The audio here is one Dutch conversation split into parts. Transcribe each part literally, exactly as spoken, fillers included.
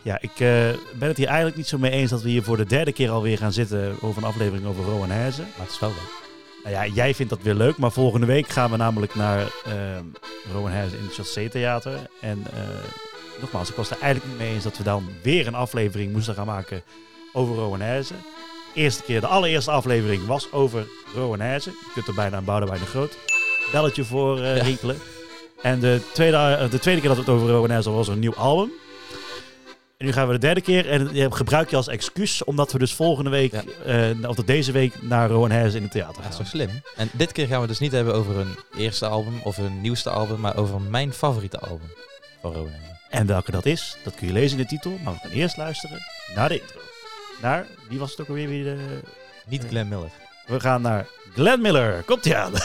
Ja, ik uh, ben het hier eigenlijk niet zo mee eens dat we hier voor de derde keer alweer gaan zitten over een aflevering over Rowan Hezen. Maar het is wel leuk. Nou ja, jij vindt dat weer leuk, maar volgende week gaan we namelijk naar uh, Rowan Hezen in het Chassé Theater. En uh, nogmaals, ik was er eigenlijk niet mee eens dat we dan weer een aflevering moesten gaan maken over Rowan Hezen. Eerste keer, de allereerste aflevering was over Rowan Hezen. Je kunt er bijna een Boudewijn de Groot belletje voor uh, ja. rinkelen. En de tweede, uh, de tweede keer dat we het over Rowan Hezen was er een nieuw album. En nu gaan we de derde keer en die gebruik je als excuus omdat we dus volgende week, ja. uh, of deze week, naar Rowan Hezen in het theater gaan. Dat is zo slim. En dit keer gaan we dus niet hebben over een eerste album of een nieuwste album, maar over mijn favoriete album van Rowan Hezen. En welke dat is, dat kun je lezen in de titel, maar we gaan eerst luisteren naar de intro. Naar, wie was het ook alweer? Wie de... Niet Glenn Miller. We gaan naar Glenn Miller. Komt-ie aan.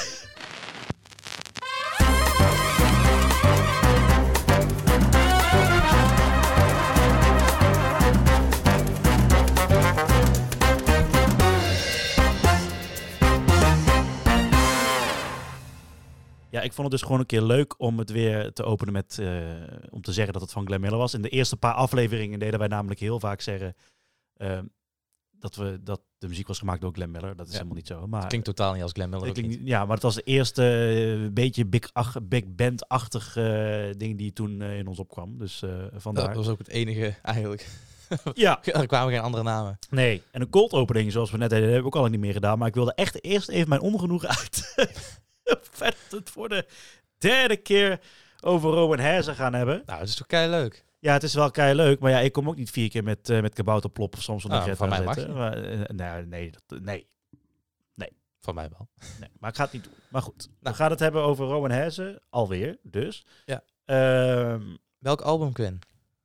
Ja, ik vond het dus gewoon een keer leuk om het weer te openen met, uh, om te zeggen dat het van Glenn Miller was. In de eerste paar afleveringen deden wij namelijk heel vaak zeggen uh, dat, we, dat de muziek was gemaakt door Glenn Miller. Dat is ja. helemaal niet zo. Maar, het klinkt totaal niet als Glenn Miller. Klinkt, ja, maar het was de eerste uh, beetje big, ach, big band-achtig uh, ding die toen uh, in ons opkwam. Dus uh, vandaar. Dat was ook het enige eigenlijk. Ja. Er kwamen geen andere namen. Nee, en een cold opening zoals we net deden, hebben we ook al niet meer gedaan. Maar ik wilde echt eerst even mijn ongenoegen uit... vet het voor de derde keer over Rowan Hezen gaan hebben. Nou, het is toch kei leuk. Ja, het is wel kei leuk, maar ja, ik kom ook niet vier keer met, uh, met kabouterplop of soms nou, van mij mag je. Maar, uh, nee, nee, nee, nee. Van mij wel. Nee, maar ik ga het niet doen. Maar goed, nou. We gaan het hebben over Rowan Hezen, alweer, dus. Ja. Uh, Welk album, Quinn?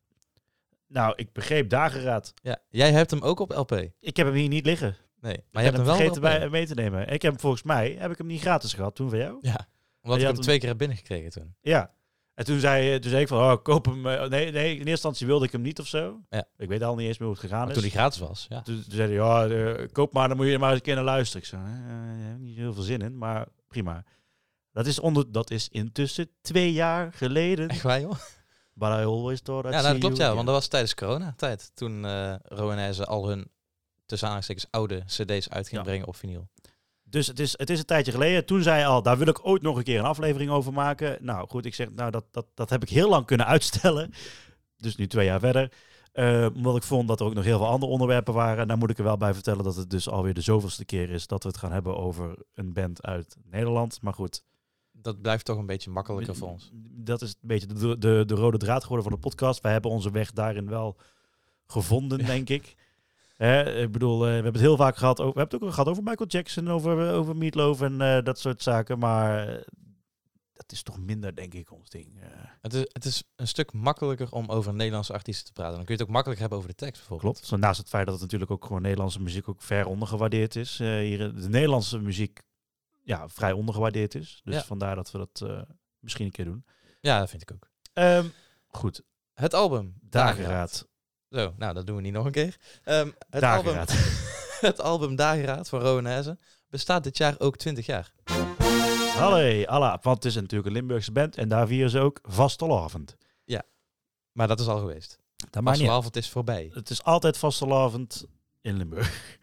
Nou, ik begreep Dageraad. Ja, jij hebt hem ook op L P. Ik heb hem hier niet liggen. Nee, maar je hebt hem wel vergeten bij, mee te nemen. Ik heb hem volgens mij, heb ik hem niet gratis gehad toen van jou? Ja, omdat ik hem twee keer heb binnengekregen toen. Ja, en toen zei, toen zei ik van, oh, koop hem. Nee, nee, in eerste instantie wilde ik hem niet of zo. Ja. Ik weet al niet eens meer hoe het gegaan maar is. Toen hij gratis was, ja. Toen, toen zei hij, ja, uh, koop maar, dan moet je er maar eens een keer naar luisteren. Ik zei, uh, daar heb ik niet heel veel zin in, maar prima. Dat is, onder, dat is intussen twee jaar geleden. Echt waar, joh? But I always thought I'd ja, nou, dat klopt, ja, again. want dat was tijdens coronatijd. Toen uh, Rowan Hezen al hun, tussen aanhalingstekens, oude cd's uit ging ja. brengen op vinyl. Dus het is, het is een tijdje geleden. Toen zei hij al, daar wil ik ooit nog een keer een aflevering over maken. Nou goed, ik zeg, nou dat, dat, dat heb ik heel lang kunnen uitstellen. Dus nu twee jaar verder. Uh, omdat ik vond dat er ook nog heel veel andere onderwerpen waren. En daar moet ik er wel bij vertellen dat het dus alweer de zoveelste keer is dat we het gaan hebben over een band uit Nederland. Maar goed. Dat blijft toch een beetje makkelijker voor ons. Dat is een beetje de, de, de rode draad geworden van de podcast. Wij hebben onze weg daarin wel gevonden, ja. denk ik. Hè, ik bedoel, uh, we hebben het heel vaak gehad over, we hebben het ook gehad over Michael Jackson, over, over Meat Loaf en uh, dat soort zaken. Maar uh, dat is toch minder, denk ik, ons ding. Uh. Het, is, het is een stuk makkelijker om over Nederlandse artiesten te praten. Dan kun je het ook makkelijker hebben over de tekst bijvoorbeeld. Klopt. Zo, naast het feit dat het natuurlijk ook gewoon Nederlandse muziek ook ver ondergewaardeerd is. Uh, hier, de Nederlandse muziek ja, vrij ondergewaardeerd is. Dus ja. vandaar dat we dat uh, misschien een keer doen. Ja, dat vind ik ook. Um, goed. Het album Dageraad. Dageraad. Zo, nou, dat doen we niet nog een keer. Um, het, album, het album Dageraad van Rowan Hezen bestaat dit jaar ook twintig jaar. Hallo, alla, want het is natuurlijk een Limburgse band en daar vieren ze ook vastelavond. Ja, maar dat is al geweest. Vastelavond is voorbij. Het is altijd vastelavond in Limburg.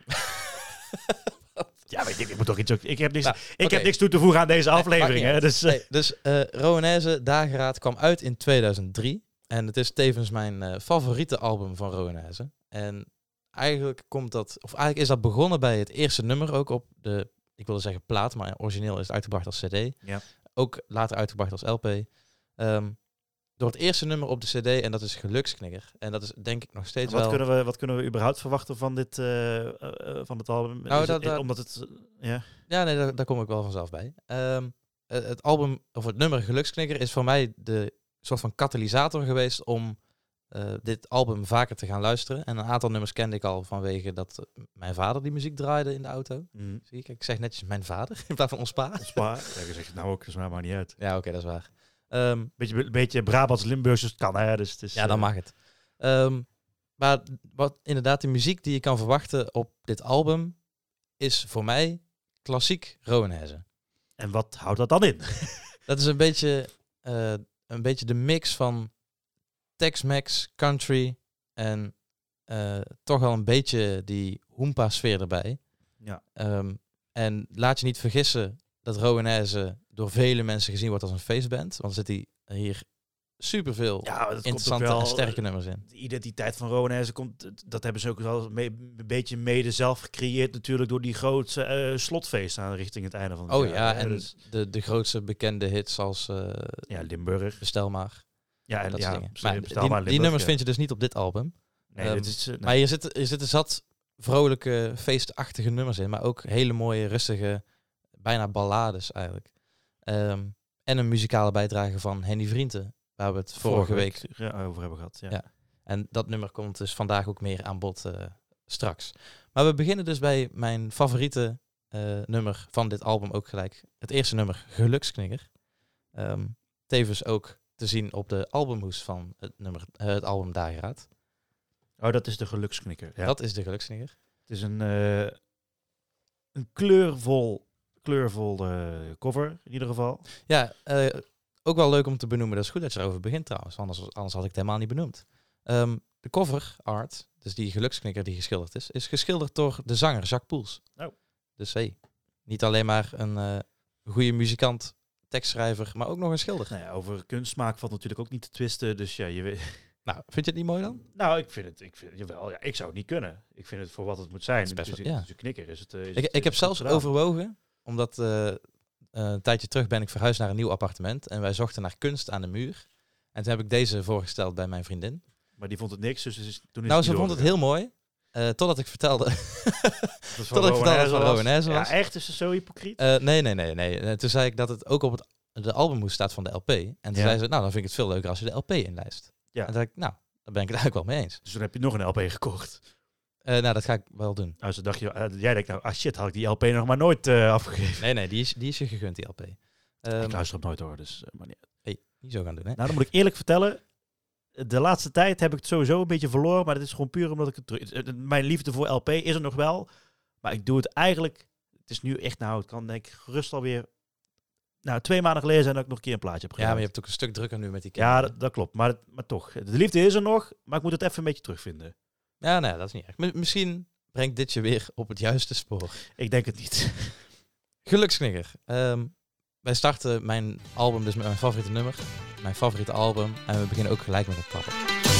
Ja, weet je, ik moet toch iets ook. Ik heb niks, nou, ik okay. heb niks toe te voegen aan deze nee, aflevering. Hè, dus nee, dus uh, Rowan Hezen Dageraad kwam uit in tweeduizend drie. En het is tevens mijn uh, favoriete album van Rowan Hezen. En eigenlijk komt dat, of eigenlijk is dat begonnen bij het eerste nummer ook op de, ik wilde zeggen plaat, maar origineel is het uitgebracht als cd. Ja. Ook later uitgebracht als L P. Um, door het eerste nummer op de cd en dat is Geluksknigger. En dat is denk ik nog steeds wat wel... Kunnen we, wat kunnen we überhaupt verwachten van dit, uh, uh, van het album? Nou, dat, het, dat, omdat het, uh, ja. Ja, nee, daar, daar kom ik wel vanzelf bij. Um, het album, of het nummer Geluksknigger is voor mij de soort van katalysator geweest om uh, dit album vaker te gaan luisteren. En een aantal nummers kende ik al vanwege dat mijn vader die muziek draaide in de auto. Mm. Zie ik, ik zeg netjes mijn vader in plaats van ons pa. Ons pa? Ja, je zegt nou ook, dus maar niet uit. Ja, oké, okay, dat is waar. Um, beetje, beetje Brabants-Limburgs, dus het kan, hè? Dus het is, ja, dan mag het. Um, maar wat inderdaad, de muziek die je kan verwachten op dit album is voor mij klassiek Rowan Hezen. En wat houdt dat dan in? Dat is een beetje, uh, een beetje de mix van Tex-Mex, country En uh, toch wel een beetje die Hoompa-sfeer erbij. Ja. Um, en laat je niet vergissen dat Rowanese door vele mensen gezien wordt als een feestband. Want er zit hij hier superveel ja, dat interessante wel, en sterke nummers in. De identiteit van Rowanese komt, dat hebben ze ook wel mee, een beetje mede zelf gecreëerd natuurlijk door die grootste uh, slotfeest aan richting het einde van het oh, jaar. Oh ja, hè? en dus, de, de grootste bekende hits als uh, ja, Limburg. Bestel maar. Ja, en dat ja, dingen. bestel, Maar bestel die, maar die Limburg, nummers ja. vind je dus niet op dit album. Nee, um, dit is, uh, nee. Maar hier zitten er zit zat vrolijke, feestachtige nummers in. Maar ook hele mooie, rustige, bijna ballades eigenlijk. Um, en een muzikale bijdrage van Henny Vrienden. Waar we het vorige, vorige week ja, over hebben gehad. Ja. ja. En dat nummer komt dus vandaag ook meer aan bod uh, straks. Maar we beginnen dus bij mijn favoriete uh, nummer van dit album ook gelijk. Het eerste nummer, Geluksknigger. Um, tevens ook te zien op de albumhoes van het, nummer, uh, het album Dageraad. Oh, dat is de Geluksknikker. Ja. Dat is de Geluksknigger. Het is een, uh, een kleurvol, kleurvol uh, cover in ieder geval. Ja, uh, ook wel leuk om te benoemen. Dat is goed dat je erover begint trouwens. Anders, anders had ik het helemaal niet benoemd. Um, de cover art, dus die Geluksknikker die geschilderd is, is geschilderd door de zanger Jacques Poels. Oh. Dus hey, niet alleen maar een uh, goede muzikant, tekstschrijver, maar ook nog een schilder. Nou ja, over kunstsmaak valt natuurlijk ook niet te twisten. Dus ja, je weet... Nou, vind je het niet mooi dan? Nou, ik vind het, ik vind, jawel, ja, ik zou het niet kunnen. Ik vind het voor wat het moet zijn. Het is best dus, wel, ja. dus een knikker is het. Uh, is ik het, ik is heb het zelfs gedaan. overwogen, omdat uh, uh, een tijdje terug ben ik verhuisd naar een nieuw appartement en wij zochten naar kunst aan de muur. En toen heb ik deze voorgesteld bij mijn vriendin. Maar die vond het niks, dus is, toen is Nou, het ze vond het heel mooi, uh, totdat ik vertelde... dat totdat ik vertelde dat het van Rowanese was. Ja, echt? Is ze zo hypocriet? Uh, nee, nee, nee, nee. Uh, toen zei ik dat het ook op het, de albumhoes staat van de L P. En toen ja. zei ze, nou, dan vind ik het veel leuker als je de L P inlijst. Ja. En toen dacht ik, nou, daar ben ik het eigenlijk wel mee eens. Dus toen heb je nog een L P gekocht. Uh, nou, dat ga ik wel doen. Nou, zo dacht je, uh, jij denkt nou, ah shit, had ik die L P nog maar nooit uh, afgegeven. Nee, nee, die is, die is je gegund, die L P. Um, ik luister op nooit hoor, dus... Uh, maar niet. Hey, niet zo gaan doen, hè? Nou, dan moet ik eerlijk vertellen, de laatste tijd heb ik het sowieso een beetje verloren, maar dat is gewoon puur omdat ik het terug... Mijn liefde voor L P is er nog wel, maar ik doe het eigenlijk... Het is nu echt, nou, het kan denk ik gerust alweer... Nou, twee maanden geleden zijn dat ik nog een keer een plaatje heb gedaan. Ja, maar je hebt ook een stuk drukker nu met die kinderen. Ja, dat, dat klopt. Maar, maar toch, de liefde is er nog, maar ik moet het even een beetje terugvinden. Ja, nee, dat is niet erg. M- misschien brengt dit je weer op het juiste spoor. Ik denk het niet. Geluksknigger. Um, wij starten mijn album dus met mijn favoriete nummer. Mijn favoriete album. En we beginnen ook gelijk met het klappen.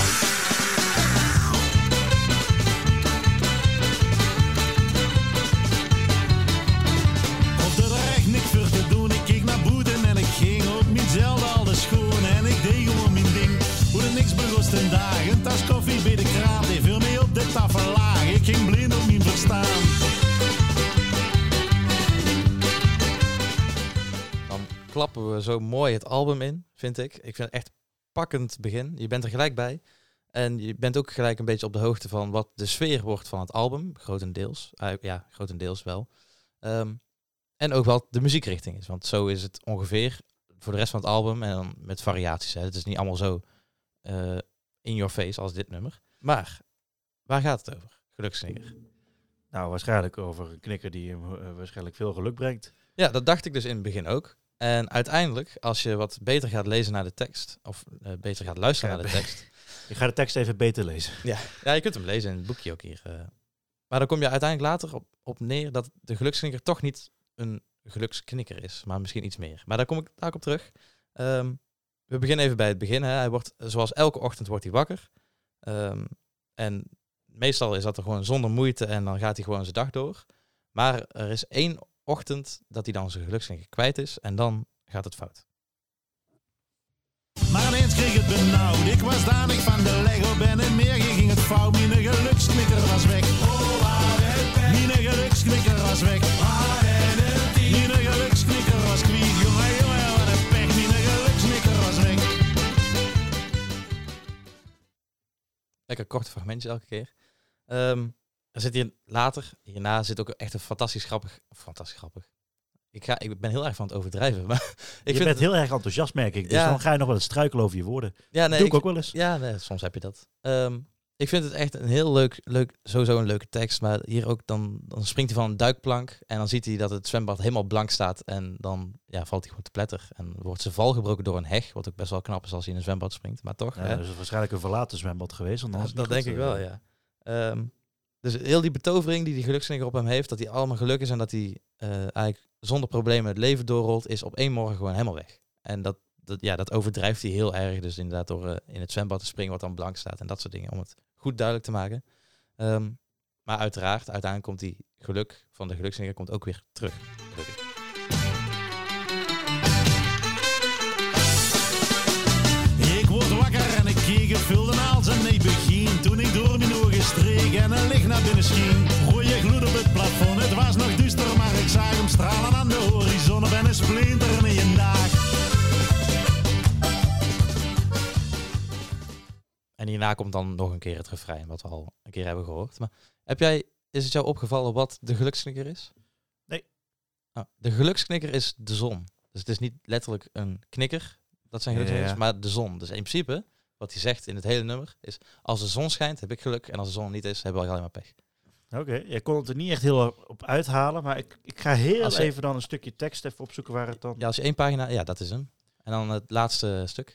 Klappen we zo mooi het album in, vind ik. Ik vind het echt pakkend begin. Je bent er gelijk bij. En je bent ook gelijk een beetje op de hoogte van wat de sfeer wordt van het album. Grotendeels. Uh, ja, grotendeels wel. Um, en ook wat de muziekrichting is. Want zo is het ongeveer voor de rest van het album. En dan met variaties. Hè. Het is niet allemaal zo uh, in your face als dit nummer. Maar, waar gaat het over? Geluksknigger. Nou, waarschijnlijk over een knikker die hem uh, waarschijnlijk veel geluk brengt. Ja, dat dacht ik dus in het begin ook. En uiteindelijk, als je wat beter gaat lezen naar de tekst, of uh, beter gaat luisteren ja, naar de tekst. Ik ga de tekst even beter lezen. Ja, ja, je kunt hem lezen in het boekje ook hier. Uh. Maar dan kom je uiteindelijk later op, op neer dat de geluksknikker toch niet een geluksknikker is, maar misschien iets meer. Maar daar kom ik daar ook op terug. Um, we beginnen even bij het begin. Hè. Hij wordt, zoals elke ochtend wordt hij wakker. Um, en meestal is dat er gewoon zonder moeite en dan gaat hij gewoon zijn dag door. Maar er is één ochtend dat hij dan zijn geluksknikker kwijt is en dan gaat het fout. Maar ineens kreeg het benauwd, ik was danig van de Lego, ben en meer ging het fout, mijn geluksknikker was weg. Mijn geluksknikker was weg. Mijn geluksknikker was kwiet, jongen, jongen, wat een pech, mijn geluksknikker was weg. Lekker korte fragmentjes elke keer. Um, er zit hier later, hierna zit ook echt een fantastisch grappig, fantastisch grappig. Ik, ga, ik ben heel erg van het overdrijven. Maar ik je vind bent heel erg enthousiast, merk ik. Dus ja. Dan ga je nog wel eens struikelen over je woorden. Ja, nee, doe ik ik, ook wel eens. Ja, nee, soms heb je dat. Um, Ik vind het echt een heel leuk, leuk, sowieso een leuke tekst. Maar hier ook, dan, dan springt hij van een duikplank. En dan ziet hij dat het zwembad helemaal blank staat. En dan ja, valt hij gewoon te pletter. En wordt zijn val gebroken door een heg. Wat ook best wel knap is als hij in een zwembad springt. Maar toch. Ja, hè? dus het is waarschijnlijk een verlaten zwembad geweest. Want Ja, anders dat niet denk goed, ik wel, eh. ja. Ehm, dus heel die betovering die die geluksknikker op hem heeft. Dat hij allemaal geluk is. En dat hij uh, eigenlijk zonder problemen het leven doorrolt. Is op één morgen gewoon helemaal weg. En dat, dat, ja, dat overdrijft hij heel erg. Dus inderdaad door uh, in het zwembad te springen wat dan blank staat. En dat soort dingen. Om het goed duidelijk te maken. Um, maar uiteraard, uiteindelijk komt die geluk van de geluksknikker komt ook weer terug. Gelukkig. Ik word wakker en ik keek gevulde als een nee begin. Toen ik door mijn ogen streek en een licht naar binnen schien. Rode gloed op het plafond, het was nog duister, maar ik zag hem stralen aan de horizon. Op een splinter in een dag. En hierna komt dan nog een keer het refrein, wat we al een keer hebben gehoord. Maar heb jij, is het jou opgevallen wat de geluksknikker is? Nee. Nou, de geluksknikker is de zon. Dus het is niet letterlijk een knikker, dat zijn geluksknikkers, Ja, ja. maar de zon. Dus in principe, wat hij zegt in het hele nummer, is als de zon schijnt, heb ik geluk. En als de zon niet is, hebben we alleen maar pech. Oké, okay. Je kon het er niet echt heel erg op uithalen. Maar ik, ik ga heel Als- even dan een stukje tekst even opzoeken waar het dan... Ja, als je één pagina, ja, dat is hem. En dan het laatste stuk.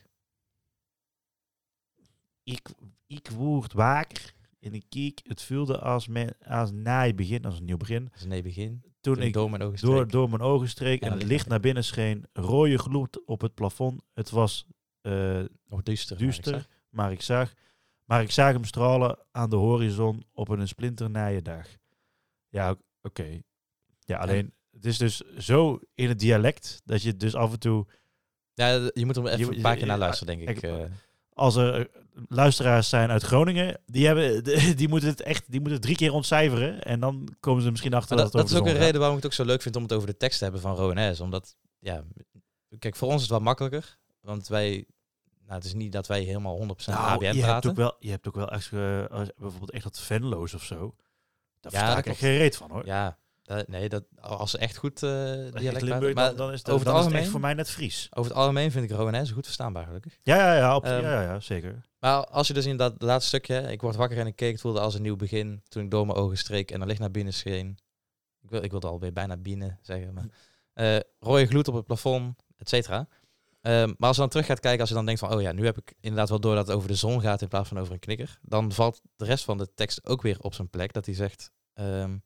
Ik, ik word waker en ik keek, het voelde als, mijn, als na je begin, als een nieuw begin. Dat is een nee begin. Toen, Toen ik door mijn ogen door, streek. door mijn ogen streek En en het het licht licht naar binnen scheen, rode gloed op het plafond. Het was uh, Nog duister. duister, maar ik zeg. maar ik zag, maar ik zag hem stralen aan de horizon op een splinternije dag. Ja, oké. Okay. Ja, alleen, het is dus zo in het dialect dat je dus af en toe... Ja, je moet er even Je- een paar keer naar ja, luisteren, denk ik. ik- eh. Als er luisteraars zijn uit Groningen, die, hebben, die moeten het echt die moeten het drie keer ontcijferen. En dan komen ze misschien achter Maar dat, dat, het dat is over ook de een zon reden waarom ik het ook zo leuk vind om het over de tekst te hebben van Rowan. Omdat, ja, kijk, voor ons is het wel makkelijker. Want wij, nou, het is niet dat wij helemaal honderd procent gaat. A B N Nou, je hebt, praten. ook wel, je hebt ook wel echt, uh, als- bijvoorbeeld echt dat Venlo's of zo. Daar Ja, versta dat ik echt klopt. geen reet van, hoor. Ja, dat, nee, dat, als ze echt goed uh, Echt dialect Limburg, praten. Maar dan, dan is het, over het dan is het algemeen- echt voor mij net Fries. over het algemeen vind ik Rowan goed verstaanbaar, gelukkig. Ja, ja, ja, op, Ehm, ja, ja, ja, zeker. Maar als je dus in dat laatste stukje, ik word wakker en ik keek, het voelde als een nieuw begin. Toen ik door mijn ogen streek en er licht naar binnen scheen. Ik, wil, ik wilde alweer bijna binnen zeggen. Maar, uh, rode gloed op het plafond, et cetera. Um, maar als je dan terug gaat kijken, als je dan denkt van, oh ja, nu heb ik inderdaad wel door dat het over de zon gaat in plaats van over een knikker. Dan valt de rest van de tekst ook weer op zijn plek. Dat hij zegt, um,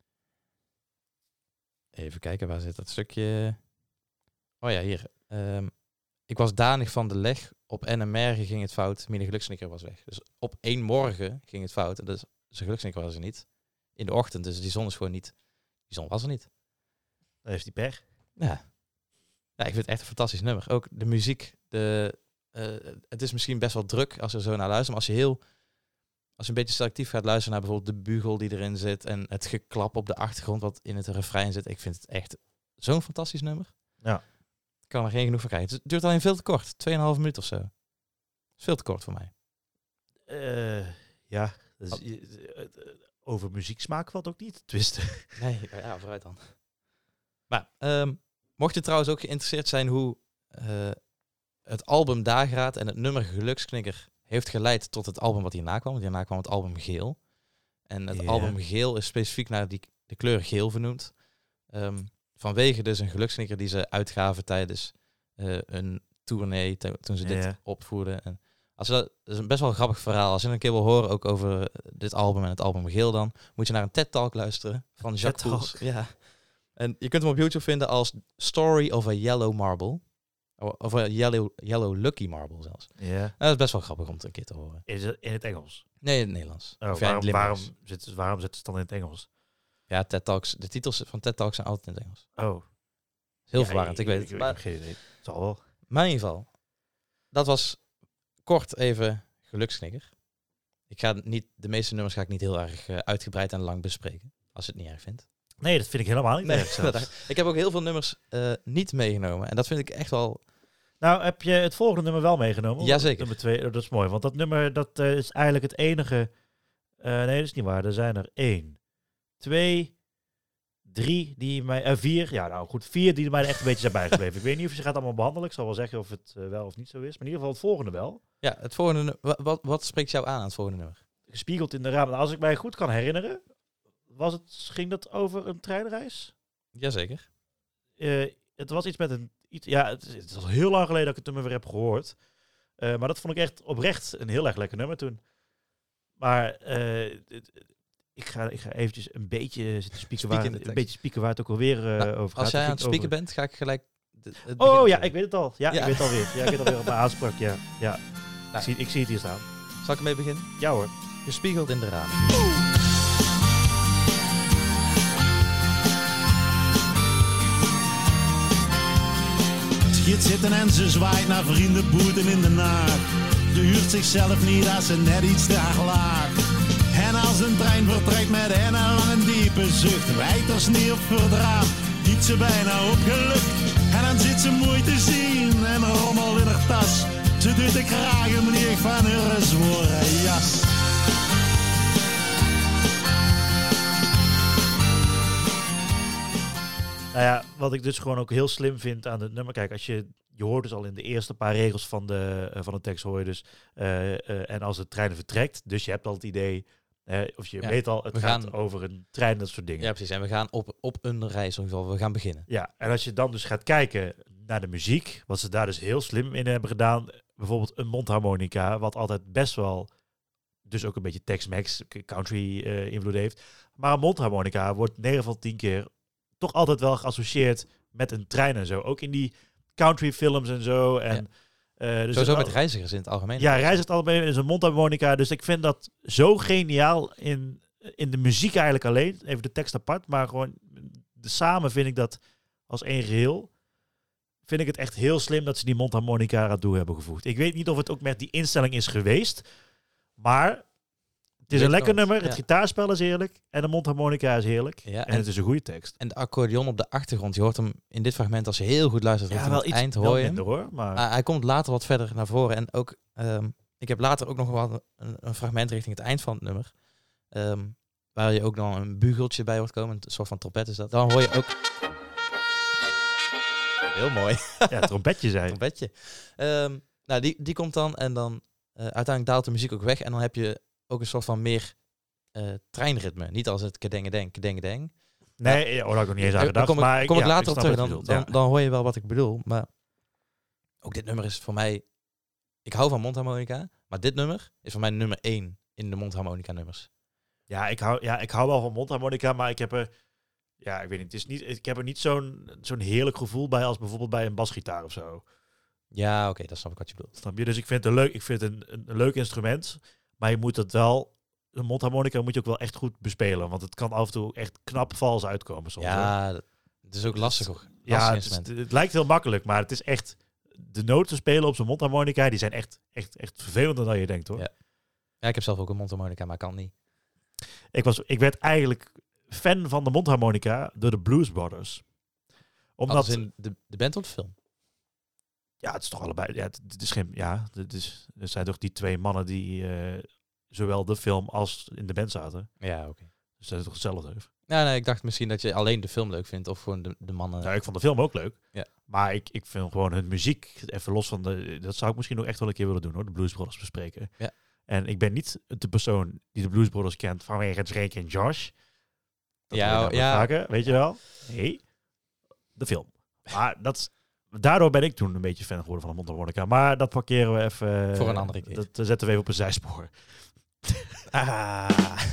even kijken, waar zit dat stukje? Oh ja, hier. Um, ik was danig van de leg. Op N M R ging het fout. Mijn geluksknikker was weg. Dus op één morgen ging het fout. En dus zijn geluksknikker was er niet. In de ochtend. Dus die zon is gewoon niet. Die zon was er niet. Dan heeft hij pech. Ja. Ja, ik vind het echt een fantastisch nummer. Ook de muziek. De, uh, het is misschien best wel druk als je er zo naar luistert. Maar als je heel... Als je een beetje selectief gaat luisteren naar bijvoorbeeld de bugel die erin zit. En het geklap op de achtergrond wat in het refrein zit. Ik vind het echt zo'n fantastisch nummer. Ja. Ik kan er geen genoeg van krijgen. Het duurt alleen veel te kort. tweeënhalve minuut of zo. Dat is veel te kort voor mij. Uh, ja, dus, uh, over muzieksmaak valt ook niet te twisten. Nee, ja, vooruit dan. Maar, um, mocht je trouwens ook geïnteresseerd zijn hoe uh, het album Dageraad en het nummer Geluksknikker heeft geleid tot het album wat hierna kwam. Want hierna kwam het album Geel. En het Yeah. album Geel is specifiek naar die, de kleur geel vernoemd. Um, vanwege dus een geluksknikker die ze uitgaven tijdens uh, een tournee, te, toen ze dit Yeah. opvoerden. En als je dat, dat is een best wel een grappig verhaal. Als je een keer wil horen ook over dit album en het album Geel dan, moet je naar een TED-talk luisteren van Jacques Poels. Ja. En je kunt hem op YouTube vinden als Story of a Yellow Marble. Of een yellow, yellow Lucky Marble zelfs. Ja. Nou, dat is best wel grappig om het een keer te horen. Is het in het Engels? Nee, in het Nederlands. Oh, Of ja, in het waarom, Limburgs. waarom, zit, waarom zit het dan in het Engels? Ja, TED Talks. De titels van TED Talks zijn altijd in het Engels. Oh. Heel Ja, verwarrend, ik weet het. Ik, Maar, heb geen idee. Het zal wel. maar in ieder geval, dat was kort even geluksknikker. Ik ga niet, de meeste nummers ga ik niet heel erg uh, uitgebreid en lang bespreken. Als je het niet erg vindt. Nee, dat vind ik helemaal niet Nee, erg zelfs. ik heb ook heel veel nummers uh, niet meegenomen. En dat vind ik echt wel... Nou, heb je het volgende nummer wel meegenomen? Jazeker. Nummer twee, oh, dat is mooi. Want dat nummer, dat uh, is eigenlijk het enige... Uh, nee, dat is niet waar. Er zijn er één, twee, drie, die mij... Uh, vier, ja nou goed, vier die mij er echt een beetje zijn bijgebleven. Ik weet niet of je ze gaat allemaal behandelen. Ik zal wel zeggen of het uh, wel of niet zo is. Maar in ieder geval het volgende wel. Ja, het volgende... Wat, wat, wat spreekt jou aan aan het volgende nummer? gespiegeld in de ramen. Als ik mij goed kan herinneren, was het, ging dat over een treinreis? Jazeker. Uh, het was iets met een... Iets, ja, het, het is al heel lang geleden dat ik het nummer weer heb gehoord. Uh, maar dat vond ik echt oprecht een heel erg lekker nummer toen. Maar uh, het, ik, ga, ik ga eventjes een beetje zitten spieken waar, een beetje spieken waar het ook alweer uh, nou, over gaat. Als jij aan het spieken over... bent, ga ik gelijk... De, het oh ja, doen. ik weet het al. Ja, ja. ik weet het alweer. Ja, ik weet alweer op mijn aanspraak. Ja, ja. Nou, ik, zie, ik zie het hier staan. Zal ik ermee beginnen? Ja hoor. Gespiegeld in de ramen. Schiet zitten en ze zwaait naar vrienden boeten in de nacht. Ze huurt zichzelf niet als ze net iets te hard laagt. En als een trein vertrekt met hen een lange diepe zucht, wijt er sneeuw voor het raam, giet ze bijna opgelucht. En dan zit ze mooi te zien en rommel in haar tas. Ze doet de kragen meneer van haar zworen jas. Nou ja, wat ik dus gewoon ook heel slim vind aan het nummer. Kijk, als je, je hoort dus al in de eerste paar regels van de, uh, van de tekst hoor je dus. Uh, uh, en als de trein vertrekt, dus je hebt al het idee, uh, of je ja, weet al, het we gaat gaan over een trein, dat soort dingen. Ja, precies. En we gaan op, op een reis, in ieder geval, we gaan beginnen. Ja, en als je dan dus gaat kijken naar de muziek, wat ze daar dus heel slim in hebben gedaan. Bijvoorbeeld een mondharmonica, wat altijd best wel, dus ook een beetje Tex-Mex, country uh, invloed heeft. Maar een mondharmonica wordt negen van tien keer toch altijd wel geassocieerd met een trein en zo. Ook in die country films en zo. En, ja. uh, dus Sowieso het, met reizigers in het algemeen. Ja, reizigers algemeen is een mondharmonica. Dus ik vind dat zo geniaal in, in de muziek eigenlijk alleen. Even de tekst apart. Maar gewoon de, samen vind ik dat als één geheel. Vind ik het echt heel slim dat ze die mondharmonica aan toe hebben gevoegd. Ik weet niet of het ook met die instelling is geweest. Maar het is een lekker nummer. Het ja. gitaarspel is heerlijk. En de mondharmonica is heerlijk. Ja, en, en het is een goede tekst. En de accordeon op de achtergrond. Je hoort hem in dit fragment, als je heel goed luistert, ja, wel het iets eind hoor je minder, hoor. Maar... Uh, hij komt later wat verder naar voren. En ook, um, ik heb later ook nog wel een, een fragment richting het eind van het nummer. Um, waar je ook dan een bugeltje bij hoort komen. Een soort van trompet is dat. Dan hoor je ook... Heel mooi. Ja, trompetje zijn. Trompetje. Um, nou, die, die komt dan en dan... Uh, uiteindelijk daalt de muziek ook weg. En dan heb je ook een soort van meer uh, treinritme. Niet als het kedengedeng, kedengedeng. Nee, ja, oh, daar heb ik nog niet eens aan gedacht. Daar kom, maar ik, kom ik, ik ja, later ik op terug. Dan, bedoelt, dan, ja. dan hoor je wel wat ik bedoel. Maar ook dit nummer is voor mij... Ik hou van mondharmonica. Maar dit nummer is voor mij nummer één in de mondharmonica nummers. Ja, ik hou, ja, ik hou wel van mondharmonica, maar ik heb er... Ja, ik weet niet. Het is niet ik heb er niet zo'n zo'n heerlijk gevoel bij als bijvoorbeeld bij een basgitaar of zo. Ja, oké, okay, dat snap ik wat je bedoelt. Snap je? Dus ik vind het een leuk, ik vind het een, een, een leuk instrument, maar je moet het wel, een mondharmonica moet je ook wel echt goed bespelen, want het kan af en toe echt knap vals uitkomen soms. Ja, dat, het is ook lastig hoor. Ja, het, is, het lijkt heel makkelijk, maar het is echt, de noten spelen op zo'n mondharmonica, die zijn echt, echt, echt vervelender dan je denkt hoor. Ja. Ja, ik heb zelf ook een mondharmonica, maar kan niet. Ik was, ik werd eigenlijk fan van de mondharmonica door de Blues Brothers. Omdat in de, de band of de film? Ja, het is toch allebei. Ja, het, het is geen. Ja, het is. Er zijn toch die twee mannen die uh, zowel de film als in de band zaten. Ja, oké. Okay. Dus dat is toch hetzelfde. Ja, nee, ik dacht misschien dat je alleen de film leuk vindt of gewoon de, de mannen. Ja, ik vond de film ook leuk. Ja. Maar ik, ik vind gewoon hun muziek even los van de. Dat zou ik misschien ook echt wel een keer willen doen hoor. De Blues Brothers bespreken. Ja. En ik ben niet de persoon die de Blues Brothers kent vanwege Drake en Josh. Dat ja, ja. Vaker, weet je wel? Nee, de film. Maar dat is, daardoor ben ik toen een beetje fan geworden van de mondharmonica. Maar dat parkeren we even... Voor een andere keer. Dat zetten we even op een zijspoor. Ah.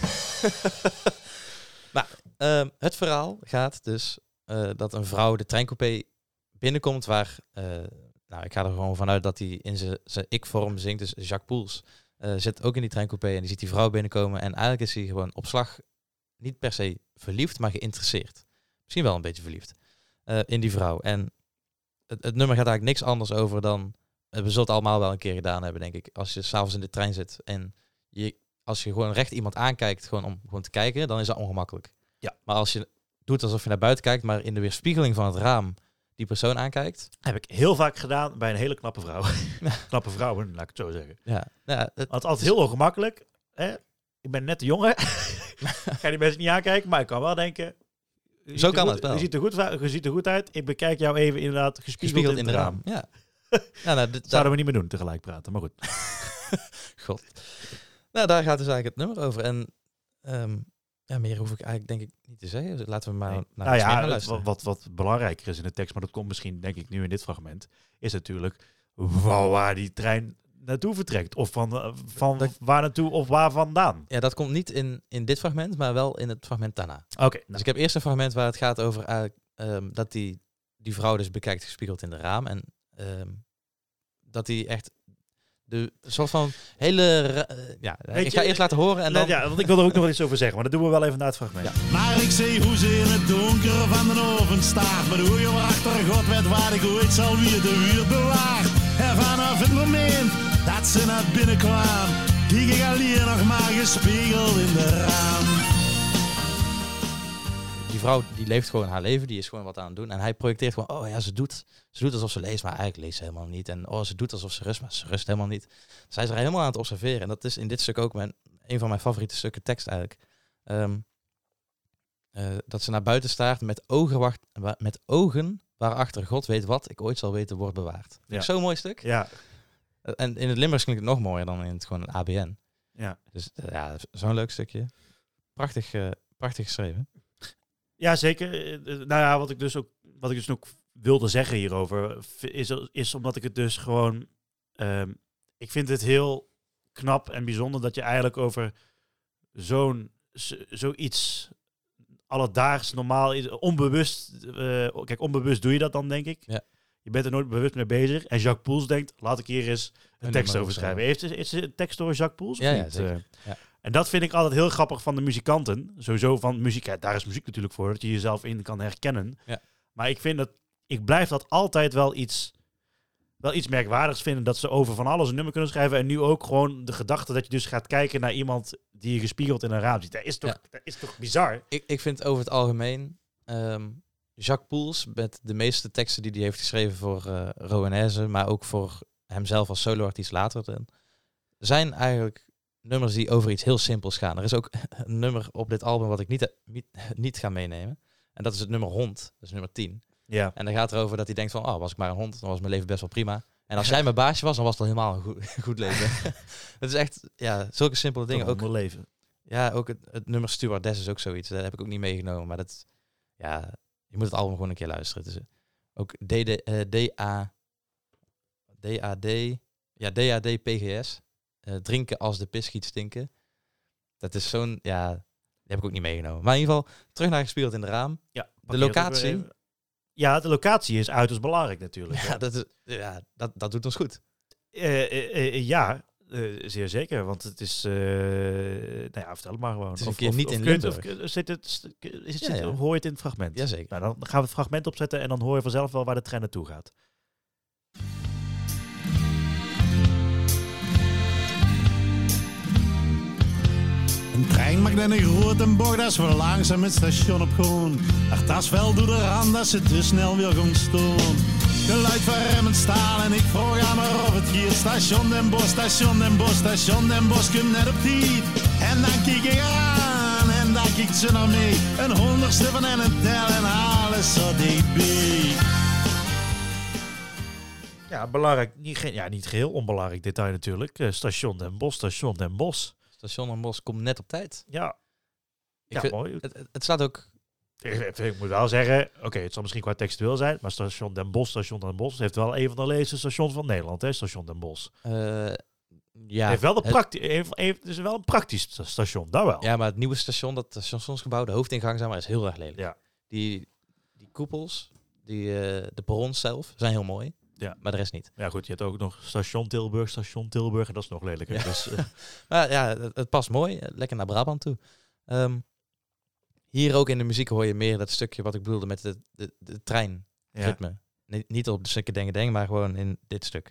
nou, um, het verhaal gaat dus uh, dat een vrouw de treincoupé binnenkomt waar... Uh, nou, ik ga er gewoon vanuit dat hij in zijn ik-vorm zingt. Dus Jacques Poels uh, zit ook in die treincoupé en die ziet die vrouw binnenkomen. En eigenlijk is hij gewoon op slag niet per se verliefd, maar geïnteresseerd. Misschien wel een beetje verliefd uh, in die vrouw. En het, het nummer gaat eigenlijk niks anders over dan... Uh, we zullen het allemaal wel een keer gedaan hebben, denk ik. Als je s'avonds in de trein zit en je, als je gewoon recht iemand aankijkt, gewoon om gewoon te kijken, dan is dat ongemakkelijk. Ja. Maar als je doet alsof je naar buiten kijkt, maar in de weerspiegeling van het raam die persoon aankijkt... Heb ik heel vaak gedaan bij een hele knappe vrouw. Knappe vrouwen, laat ik het zo zeggen. Ja. Ja, het, het is altijd heel ongemakkelijk. Hè? Ik ben net de jongen. Ik ga die mensen niet aankijken, maar ik kan wel denken... Zo kan goed, het wel. Je ziet, er goed, je ziet er goed uit. Ik bekijk jou even inderdaad gespiegeld, gespiegeld in het raam. raam. Ja. Ja, nou, dit, zouden we niet meer doen, tegelijk praten, maar goed. God. Nou, daar gaat dus eigenlijk het nummer over. En um, ja, meer hoef ik eigenlijk denk ik niet te zeggen. Dus laten we maar Nee. naar Nou iets meer gaan ja, luisteren. wat, wat, wat belangrijker is in de tekst, maar dat komt misschien denk ik nu in dit fragment, is natuurlijk wow, waar die trein naartoe vertrekt. Of van, uh, van Dat- waar naartoe of waar vandaan. Ja, dat komt niet in, in dit fragment, maar wel in het fragment daarna. Oké, okay, Dus ik heb eerst een fragment waar het gaat over eigenlijk, um, dat die, die vrouw dus bekijkt gespiegeld in de raam. En um, dat die echt de soort van hele... Ra- uh, ja, Weet ik je, ga eerst laten horen en dan... Ja, want ik wil er ook nog wel iets over zeggen, maar dat doen we wel even na het fragment. Ja. Maar ik zie hoe ze in het donker van de oven staat. Maar hoe je achter God weet waar ik ooit zal weer de huur bewaard. En vanaf het moment dat ze naar binnen kwam, kijk ik alleen nog maar gespiegeld in de raam. Die vrouw die leeft gewoon haar leven, die is gewoon wat aan het doen. En hij projecteert gewoon, oh ja, ze doet, ze doet alsof ze leest, maar eigenlijk leest ze helemaal niet. En oh, ze doet alsof ze rust, maar ze rust helemaal niet. Zij is er helemaal aan het observeren. En dat is in dit stuk ook mijn, een van mijn favoriete stukken tekst eigenlijk. Um, uh, dat ze naar buiten staart met ogen, wacht, wa- met ogen waarachter God weet wat ik ooit zal weten wordt bewaard. Ja. Zo'n mooi stuk. Ja, Uh, en in het Limburgs klinkt het nog mooier dan in het gewoon A B N. ja. Dus uh, ja, zo'n leuk stukje. Prachtig, uh, prachtig geschreven. Ja, zeker. Uh, nou ja, wat ik dus ook, wat ik dus ook wilde zeggen hierover, is, is omdat ik het dus gewoon, um, ik vind het heel knap en bijzonder dat je eigenlijk over zo'n, z- zoiets alledaags, normaal, is, onbewust, uh, kijk, onbewust doe je dat dan, denk ik. Ja. Je bent er nooit bewust mee bezig. En Jacques Poels denkt, laat ik hier eens een Een tekst nummer over schrijven. Heeft is, is er een tekst door Jacques Poels? Ja, of ja, niet? zeker. Uh, Ja. En dat vind ik altijd heel grappig van de muzikanten. Sowieso van muziek. Ja, daar is muziek natuurlijk voor, dat je jezelf in kan herkennen. Ja. Maar ik vind dat, ik blijf dat altijd wel iets, wel iets merkwaardigs vinden. Dat ze over van alles een nummer kunnen schrijven. En nu ook gewoon de gedachte dat je dus gaat kijken naar iemand die je gespiegeld in een raam ziet. Dat is toch, Ja. dat is toch bizar? Ik, ik vind over het algemeen um, Jacques Poels met de meeste teksten die hij heeft geschreven voor uh, Rowanese, maar ook voor hemzelf als soloartiest later, dan, zijn eigenlijk nummers die over iets heel simpels gaan. Er is ook een nummer op dit album wat ik niet, niet, niet ga meenemen. En dat is het nummer Hond, dat is nummer tien. Ja. En dan gaat het erover dat hij denkt van, oh, was ik maar een hond, dan was mijn leven best wel prima. En als jij mijn baasje was, dan was het al helemaal een goed, goed leven. Het is echt, ja, zulke simpele dingen. Ook, leven. ja, ook het, het nummer Stewardess is ook zoiets. Dat heb ik ook niet meegenomen. Maar dat, ja, je moet het album gewoon een keer luisteren. Het is ook D D, uh, D A D A D, ja, D A D P G S. Uh, drinken als de pis schiet stinken. Dat is zo'n, ja, die heb ik ook niet meegenomen. Maar in ieder geval, terug naar Gespiegeld in de raam. Ja, De locatie. Ja, de locatie is uiterst belangrijk natuurlijk. Ja, dat, is, ja dat, dat doet ons goed. Uh, uh, uh, ja, uh, zeer zeker. Want het is... Uh, nou ja, vertel het maar gewoon. Het is een keer niet in kun je het- Limburg. Of, of zit het, is het, Ja, ja. Hoor je het in het fragment? Jazeker. Nou, dan gaan we het fragment opzetten en dan hoor je vanzelf wel waar de trein naartoe gaat. Een trein maakt een grote bocht, dat is voor langzaam het station op gewoon. Ach, dat is wel door de rand dat ze te snel weer gaan staan. Geluid van remmen staan en ik vroeg aan me of het hier station Den Bosch, station Den Bosch, station Den Bosch, kom net op tijd. En dan kijk ik aan en dan kijkt ze naar mee. Een honderdste van en een tel en alles zo dichtbij. Ja, belangrijk. Niet, ge- ja, niet geheel onbelangrijk detail natuurlijk. Uh, station Den Bosch, station Den Bosch. Station Den Bosch komt net op tijd. Ja, Ik ja vind, mooi. het, het, het staat ook... Ik, ik moet wel zeggen, oké, okay, het zal misschien qua textueel zijn, maar station Den Bosch, station Den Bosch heeft wel een van de leukste stations van Nederland, hè, station Den Bosch. Uh, ja, heeft wel de het, prakti- heeft, heeft, het is wel een praktisch sta- station, daar wel. ja, maar het nieuwe station, dat stationsgebouw, de hoofdingang, zeg maar, is heel erg lelijk. Ja. Die, die koepels, die, uh, de perrons zelf, zijn heel mooi. Ja. Maar de rest niet. Ja goed, je hebt ook nog station Tilburg, station Tilburg en dat is nog lelijker. Ja. Dus, uh, Maar ja, het, het past mooi. Lekker naar Brabant toe. Um, hier ook in de muziek hoor je meer dat stukje wat ik bedoelde met de, de, de treinritme. ja. Niet, niet op de stukken Deng Deng, maar gewoon in dit stuk.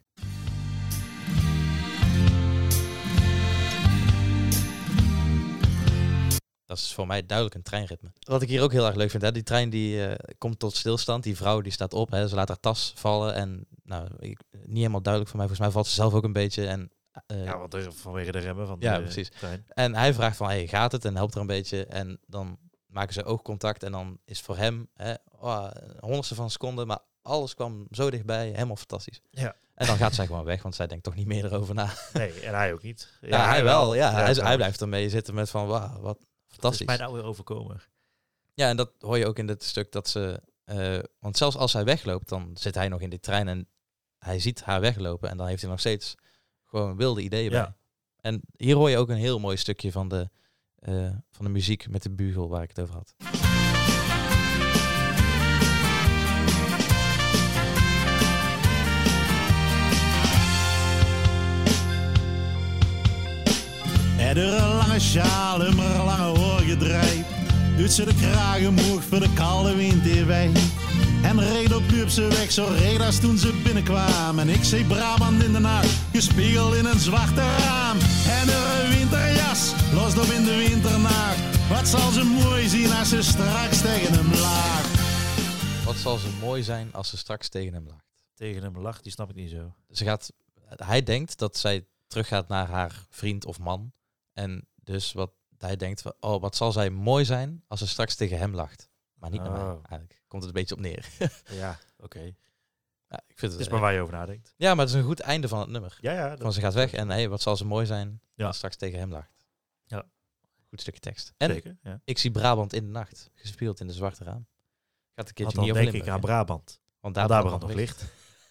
Dat is voor mij duidelijk een treinritme. Wat ik hier ook heel erg leuk vind, hè, die trein die uh, komt tot stilstand. Die vrouw die staat op, hè, ze laat haar tas vallen. En nou, ik, niet helemaal duidelijk voor mij. Volgens mij valt ze zelf ook een beetje. En, uh, ja, want er, vanwege de remmen van ja, de precies. trein. En hij vraagt van, hey, gaat het? En helpt er een beetje. En dan maken ze oogcontact. En dan is voor hem hè, oh, een honderdste van een seconde. Maar alles kwam zo dichtbij. Helemaal fantastisch. Ja. En dan gaat zij gewoon weg, want zij denkt toch niet meer erover na. Nee, en hij ook niet. Ja, ja hij wel. Ja, hij, hij trouwens. blijft ermee zitten met van, wauw, wat Dat is fantastisch. mij nou weer overkomen. Ja, en dat hoor je ook in dit stuk dat ze... Uh, want zelfs als hij wegloopt, dan zit hij nog in die trein en hij ziet haar weglopen. En dan heeft hij nog steeds gewoon wilde ideeën Ja. bij. En hier hoor je ook een heel mooi stukje van de, uh, van de muziek met de bugel waar ik het over had. En door een lange sjaal en maar een lange oorgedrijf doet ze de kragen omhoog voor de koude wind in wij. En reed op nu op zijn weg, zo reed als toen ze binnenkwam. En ik zie Brabant in de nacht, gespiegeld in een zwarte raam. En door een winterjas, lost op in de winternacht. Wat zal ze mooi zien als ze straks tegen hem laagt. Wat zal ze mooi zijn als ze straks tegen hem lacht. Tegen hem lacht, die snap ik niet zo. Ze gaat, hij denkt dat zij teruggaat naar haar vriend of man. En dus wat hij denkt, van, oh, wat zal zij mooi zijn als ze straks tegen hem lacht. Maar niet Oh. naar mij, eigenlijk. Komt het een beetje op neer. Ja, oké. Okay. Ja, ik vind Het het is maar waar je over nadenkt. Ja, maar het is een goed einde van het nummer. Ja, ja. Van ze gaat weg en hey, wat zal ze mooi zijn Ja. als straks tegen hem lacht. Ja. Goed stukje tekst. En Zeker, ja. ik zie Brabant in de nacht, gespeeld in de zwarte raam. Gaat een keertje Want dan niet over denk ik Limburg, aan hè? Brabant. Want Daar, daar, daar brandt nog licht.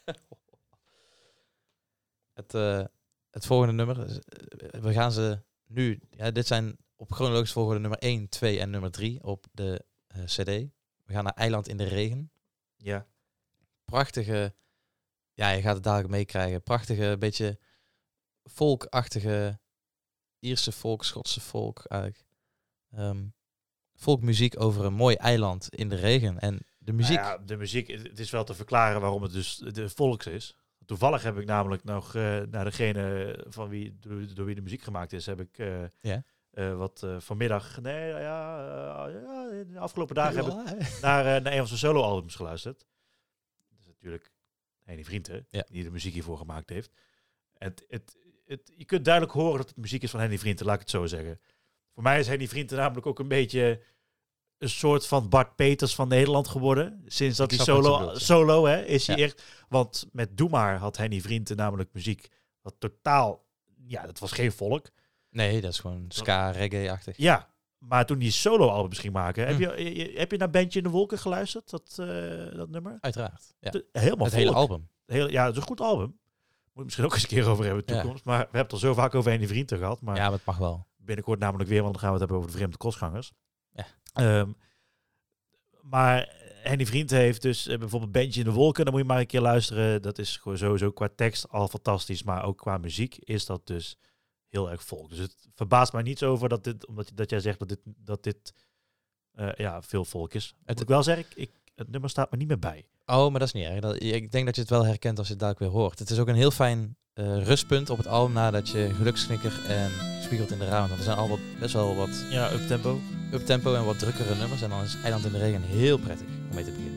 het, uh, het volgende nummer, uh, we gaan ze nu, ja, dit zijn op chronologisch volgorde nummer één, twee en nummer drie op de uh, cd. We gaan naar Eiland in de Regen. Ja. Prachtige, ja, je gaat het dadelijk meekrijgen. Prachtige, beetje folkachtige, Ierse folk, Schotse folk eigenlijk. Um, folkmuziek over een mooi eiland in de regen. En de muziek... Nou ja, de muziek, het is wel te verklaren waarom het dus de volks is. Toevallig heb ik namelijk nog uh, naar degene van wie door, door wie de muziek gemaakt is, heb ik uh, ja? uh, wat uh, vanmiddag, nee, ja, uh, ja, de afgelopen dagen ja, heb ik naar, uh, naar een van zijn solo-albums geluisterd. Dat is natuurlijk Henny Vrienden, ja. die de muziek hiervoor gemaakt heeft. Het, het, het, je kunt duidelijk horen dat het muziek is van Henny Vrienden, laat ik het zo zeggen. Voor mij is Henny Vrienden namelijk ook een beetje een soort van Bart Peters van Nederland geworden. Sinds dat hij solo, bedoelt, ja. solo hè, is hij ja. echt. Want met Doe Maar had Henny Vrienden namelijk muziek wat totaal, ja, dat was geen volk. Nee, dat is gewoon ska, reggae-achtig. Ja, maar toen die solo-albums ging maken, hm. heb, je, je, heb je naar Bandje in de Wolken geluisterd, dat, uh, dat nummer? Uiteraard, ja. De, helemaal het volk. hele album. Heel, ja, het is een goed album. Moet ik misschien ook eens een keer over hebben in de toekomst. Ja. Maar we hebben het al zo vaak over Henny Vrienden gehad. Maar ja, maar het mag wel. Binnenkort namelijk weer, want dan gaan we het hebben over de vreemde kostgangers. Ja. Um, maar Henny Vrienden heeft dus uh, bijvoorbeeld Bandje in de Wolken. Dan moet je maar een keer luisteren. Dat is gewoon sowieso qua tekst al fantastisch. Maar ook qua muziek is dat dus heel erg volk. Dus het verbaast mij niets over dat dit, omdat dat jij zegt dat dit, dat dit uh, ja, veel volk is. Moet het, ik wel zeggen, ik, het nummer staat me niet meer bij. Oh, maar dat is niet erg. Dat, ik denk dat je het wel herkent als je het dadelijk weer hoort. Het is ook een heel fijn uh, rustpunt op het album nadat je Geluksknikker en Gespiegeld in de Raam. Want er zijn al wat, best wel wat ja, uptempo. uptempo en wat drukkere nummers. En dan is Eiland in de Regen heel prettig om mee te beginnen.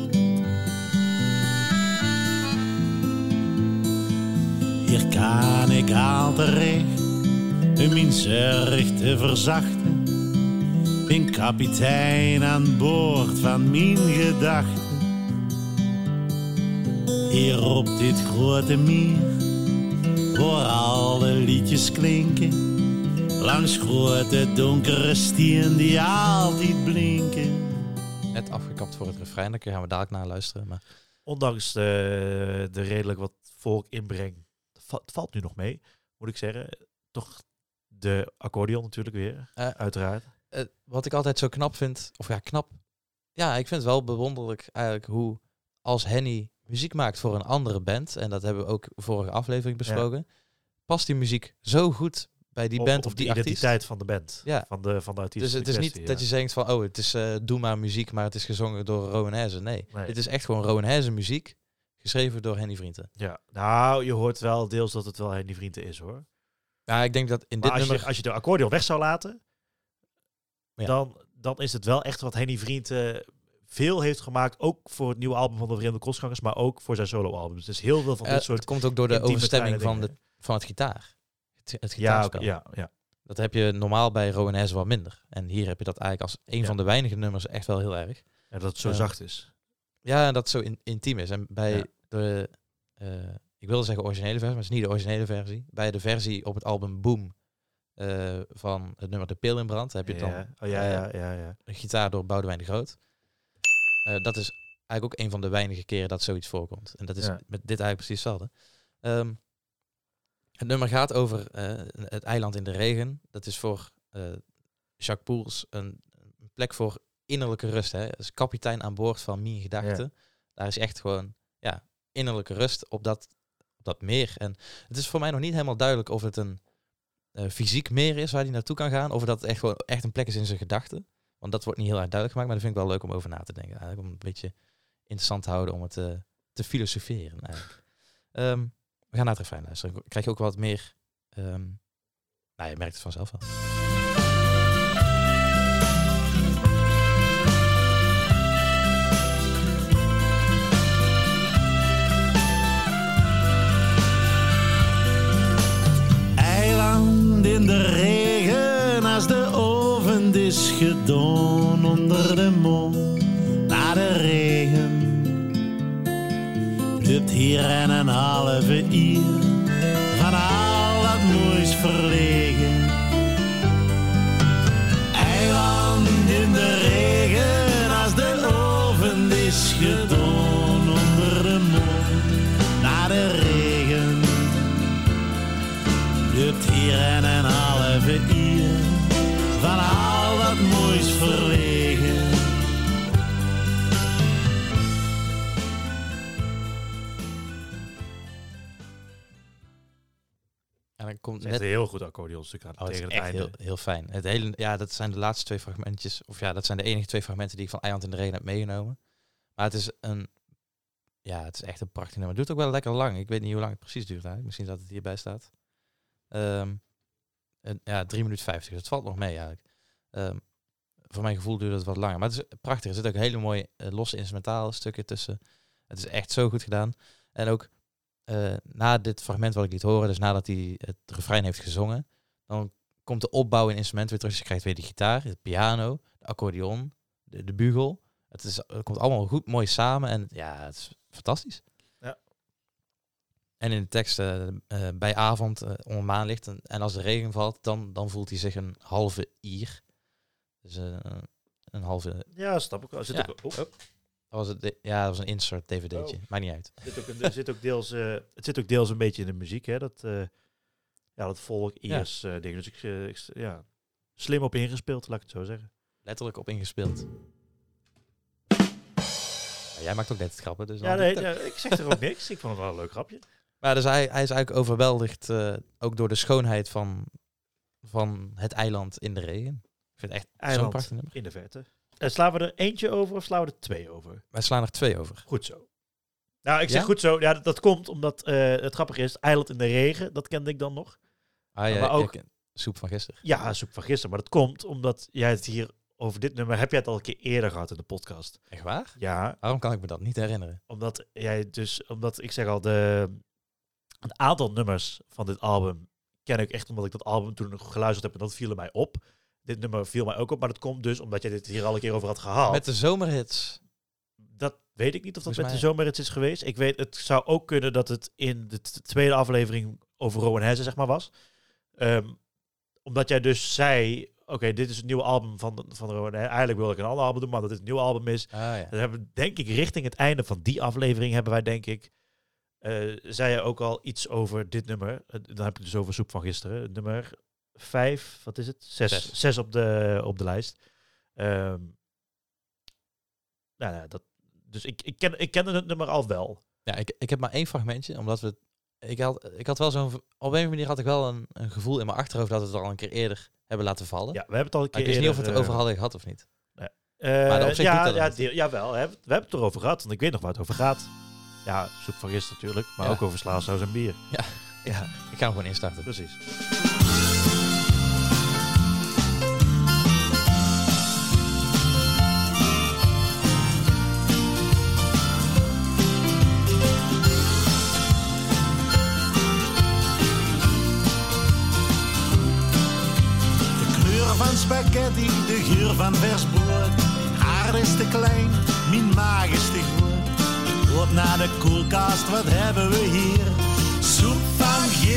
Hier kan ik aan terecht, om mijn zorg te verzachten. Ben kapitein aan boord van mijn gedachten. Hier op dit grote meer, waar alle liedjes klinken. Langs grote donkere stien die altijd blinken. Net afgekapt voor het refrein, daar gaan we dadelijk naar luisteren. Maar... Ondanks de, de redelijk wat volk inbreng, het valt nu nog mee, moet ik zeggen. Toch de accordeon natuurlijk weer, uh, uiteraard. Uh, wat ik altijd zo knap vind, of ja, knap. Ja, ik vind het wel bewonderlijk eigenlijk hoe als Henny muziek maakt voor een andere band, en dat hebben we ook vorige aflevering besproken, ja. past die muziek zo goed bij die op, band op of die de identiteit artiest. van de band, ja. van de, van de artiest. Dus het is kwestie, niet ja. dat je zegt van, oh, het is uh, doe maar muziek, maar het is gezongen door Rowan Hezen. Nee, nee, het is echt gewoon Rowan Hezen muziek, geschreven door Henny Vrienden. Ja, nou, je hoort wel deels dat het wel Henny Vrienden is, hoor. Ja, ik denk dat in maar dit als nummer... Je, als je de accordeon weg zou laten, ja. dan, dan is het wel echt wat Henny Vrienden veel heeft gemaakt, ook voor het nieuwe album van de Vreemde Kostgangers, maar ook voor zijn solo-albums. Dus heel veel van uh, dit soort... Het komt ook door de overstemming van, de, van het gitaar. Het, het gitaarspel. Ja, ja, ja. Dat heb je normaal bij Rowan Hezen wat minder. En hier heb je dat eigenlijk als een ja. van de weinige nummers echt wel heel erg. Ja, dat het zo uh, zacht is. Ja, en dat het zo in, intiem is. En bij ja. de... Uh, ik wilde zeggen originele versie, maar het is niet de originele versie. Bij de versie op het album Boom uh, van het nummer De Pil in Brand heb je dan ja. Oh, ja, ja, ja, ja. een gitaar door Boudewijn de Groot. Uh, dat is eigenlijk ook een van de weinige keren dat zoiets voorkomt. En dat is ja. met dit eigenlijk precies hetzelfde. Um, het nummer gaat over uh, het eiland in de regen. Dat is voor uh, Jacques Poels een, een plek voor innerlijke rust. Hè. Dat is kapitein aan boord van Mien Gedachten. Ja. Daar is echt gewoon ja, innerlijke rust op dat, op dat meer. En het is voor mij nog niet helemaal duidelijk of het een uh, fysiek meer is waar hij naartoe kan gaan. Of dat het echt, gewoon, echt een plek is in zijn gedachten. Want dat wordt niet heel erg duidelijk gemaakt. Maar dat vind ik wel leuk om over na te denken. Eigenlijk om een beetje interessant te houden om het uh, te filosoferen. Eigenlijk. Um, we gaan naar het refrein luisteren. Dan krijg je ook wat meer... Um, nou, je merkt het vanzelf wel. Eiland in de regen, als de oven is gedaan onder de mond, na de regen. Duurt hier en een halve uur van al dat moois verlegen. Eiland in de regen, als de oven is gedaan onder de mond, na de regen. Duurt hier en een halve uur van al dat moois verlegen. En dan komt net een heel goed accordeonstuk aan oh, tegen het, het echt einde. Heel, heel fijn. Het hele, ja, dat zijn de laatste twee fragmentjes. Of ja, dat zijn de enige twee fragmenten die ik van Eiland in de Regen heb meegenomen. Maar het is een, ja, het is echt een prachtig nummer. Het duurt ook wel lekker lang. Ik weet niet hoe lang het precies duurt eigenlijk. Misschien dat het hierbij staat. Um, en, ja, drie minuten vijftig. Dus het valt nog mee eigenlijk. Um, voor mijn gevoel duurt het wat langer. Maar het is prachtig. Er zitten ook hele mooie uh, losse instrumentale stukken tussen. Het is echt zo goed gedaan. En ook uh, na dit fragment wat ik liet horen, dus nadat hij het refrein heeft gezongen, dan komt de opbouw in instrument weer terug. Dus je krijgt weer de gitaar, de piano, de accordeon, de, de bugel. Het, is, het komt allemaal goed mooi samen en ja, het is fantastisch. Ja. En in de tekst, uh, uh, bij avond uh, onder maanlicht en, en als de regen valt, dan, dan voelt hij zich een halve ier. Dus uh, een halve... Ja, snap ik wel. Zit ja. ook, oh. Dat was het, de, ja, dat was een insert D V D'tje. Oh. Maakt niet uit. Zit ook, er zit ook deels, uh, het zit ook deels een beetje in de muziek, hè? Dat, uh, ja, dat volk iers ja. uh, ding. Dus ik, uh, ik, ja, slim op ingespeeld, laat ik het zo zeggen. Letterlijk op ingespeeld. Ja, jij maakt ook net het grappen, dus ja, nee, ja, ik zeg er ook niks. Ik vond het wel een leuk grapje. Maar dus hij, hij is eigenlijk overweldigd, uh, ook door de schoonheid van, van het eiland in de regen. Ik vind het echt zo'n prachtig nummer. In de verte. Uh, slaan we er eentje over of slaan we er twee over? Wij slaan er twee over. Goed zo. Nou, ik zeg ja? goed zo. Ja, dat, dat komt omdat uh, het grappige is, eiland in de regen, dat kende ik dan nog. Ah ja, maar ook soep van gisteren. Ja, soep van gisteren. Maar dat komt omdat jij het hier over dit nummer, heb jij het al een keer eerder gehad in de podcast. Echt waar? Ja. Waarom kan ik me dat niet herinneren? Omdat jij dus, omdat ik zeg al, de, het aantal nummers van dit album ken ik echt omdat ik dat album toen nog geluisterd heb en dat viel mij op. Dit nummer viel mij ook op, maar dat komt dus omdat jij dit hier al een keer over had gehaald. Met de zomerhits. Dat weet ik niet of dat Volgens met mij... de zomerhits is geweest. Ik weet, het zou ook kunnen dat het in de t- tweede aflevering over Rowan Hesse, zeg maar, was. Um, omdat jij dus zei, oké, okay, dit is een nieuw album van, van Rowan Hesse. Eigenlijk wil ik een ander album doen, maar dat dit een nieuw album is. Ah, ja. Dan hebben we, denk ik, richting het einde van die aflevering hebben wij, denk ik, uh, zei je ook al iets over dit nummer. Uh, dan heb ik dus over Soep van gisteren. Nummer vijf, wat is het? Zes, Zes. Zes op, de, op de lijst. Um, nou ja, dat, dus ik, ik, ken, ik kende het nummer al wel. Ja, ik, ik heb maar één fragmentje, omdat we... Ik had, ik had wel zo'n... Op een manier had ik wel een, een gevoel in mijn achterhoofd dat we het al een keer eerder hebben laten vallen. Ja, we hebben het al een keer maar ik wist eerder, niet of we het over hadden gehad of niet. Uh, uh, maar op zich ja, doet dat ja, niet. die, jawel, hè, we hebben het erover gehad, want ik weet nog waar het over gaat. Ja, Soep van gisteren natuurlijk, maar ja. ook over slaasaus en bier. Ja, ja, ik ga hem gewoon instarten. Precies. Van spaghetti, de geur van vers brood. Haar is te klein, mijn maag is te groot. Ik loop naar de koelkast, wat hebben we hier?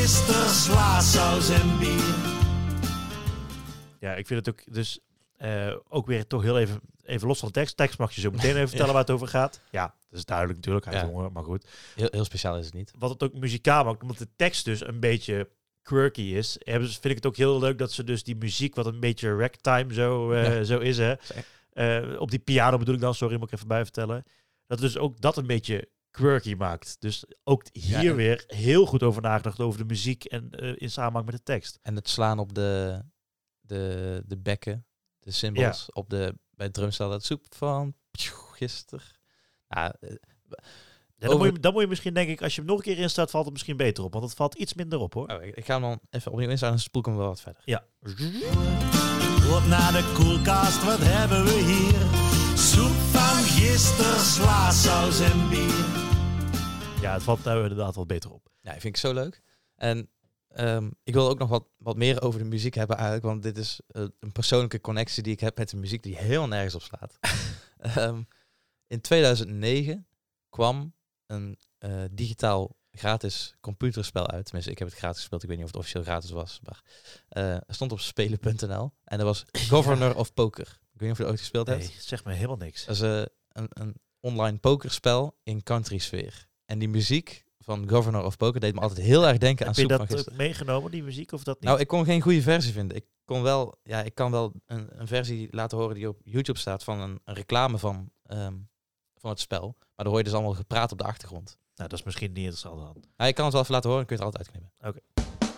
gisteren sla, saus en bier. Ja, ik vind het ook dus uh, ook weer toch heel even, even los van de tekst. Tekst mag je zo meteen even vertellen ja. waar het over gaat. Ja, dat is duidelijk natuurlijk. Hij Ja. heeft honger, maar goed. Heel, heel speciaal is het niet. Wat het ook muzikaal maakt, omdat de tekst dus een beetje quirky is, hebben, vind ik het ook heel leuk dat ze dus die muziek, wat een beetje ragtime zo, uh, ja. zo is, hè. Uh, op die piano bedoel ik dan, sorry, moet ik even bij vertellen. Dat dus ook dat een beetje quirky maakt. Dus ook hier ja, en... weer heel goed over nagedacht over de muziek en uh, in samenhang met de tekst. En het slaan op de, de, de bekken, de cymbals, ja. op de, bij het drumstel, dat soep van gisteren. Ja, uh, Ja, dan, moet je, dan moet je misschien, denk ik, als je hem nog een keer instart, valt het misschien beter op. Want het valt iets minder op, hoor. Oh, ik, ik ga hem dan even opnieuw instarten en spoel ik hem wel wat verder. Ja. Loop naar de koelkast, wat hebben we hier? Soep van gisteren, sla, saus en bier. Ja, het valt nou inderdaad wel beter op. Ja, vind ik zo leuk. En um, ik wil ook nog wat, wat meer over de muziek hebben eigenlijk. Want dit is uh, een persoonlijke connectie die ik heb met de muziek die heel nergens op slaat. um, in tweeduizend negen kwam een uh, digitaal gratis computerspel uit. Tenminste, ik heb het gratis gespeeld. Ik weet niet of het officieel gratis was. Maar uh, er stond op spelen punt n l. En dat was Governor ja. of Poker. Ik weet niet of je het ooit gespeeld nee, hebt. Nee, zeg me helemaal niks. Dat is uh, een, een online pokerspel in country sfeer. En die muziek van Governor of Poker deed me altijd heel erg denken heb aan Soep van gisteren. Heb je dat meegenomen, die muziek, of dat niet? Nou, ik kon geen goede versie vinden. Ik kon wel, ja, ik kan wel een, een versie laten horen die op YouTube staat van een, een reclame van, um, van het spel. Maar dan hoor je dus allemaal gepraat op de achtergrond. Nou, dat is misschien niet interessant dan. Ja, ik kan het wel even laten horen, dan kun je het altijd uitknippen. Oké. Okay.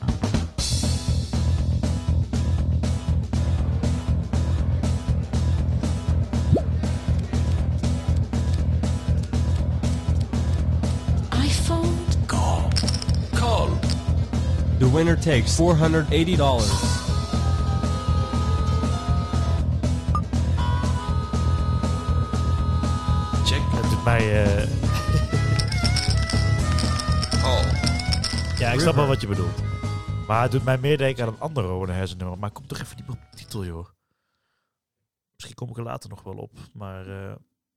The winner takes four hundred eighty dollars. Check. Dat doet mij... Uh... oh. Ja, ik snap wel wat je bedoelt. Maar het doet mij meer denken aan een andere Rowan Harrison nummer. Maar kom toch even niet meer op de titel, joh. Misschien kom ik er later nog wel op. Maar... Uh...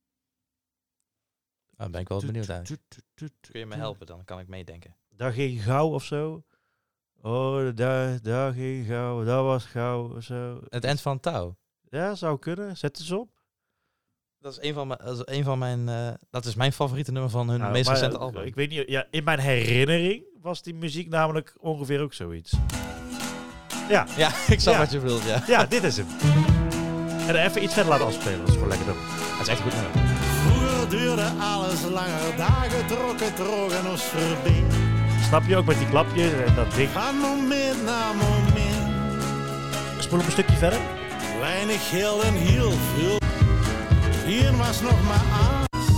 Nou, ben ik wel benieuwd uit. Kun je me helpen? Dan kan ik meedenken. Daar ging gauw of zo. Oh, daar, daar ging gauw. Dat was gauw of zo. Het eind van touw. Ja, zou kunnen. Zet eens op. Dat is een van mijn, dat is een van mijn, uh, dat is mijn favoriete nummer van hun nou, meest maar, recente album. Ik weet niet. Ja, in mijn herinnering was die muziek namelijk ongeveer ook zoiets. Ja. Ja, ik snap ja. wat je bedoelt. Ja. Ja, dit is hem. En even iets verder laten afspelen. Dat is gewoon lekker doen. Dat is echt een goed nummer. Vroeger duurde alles langer, dagen trokken droog en ons voorbij. Snap je ook met die klapjes en dat ding? Van moment naar moment. Spoel op een stukje verder. Weinig geld en heel veel. Hier was nog maar angst.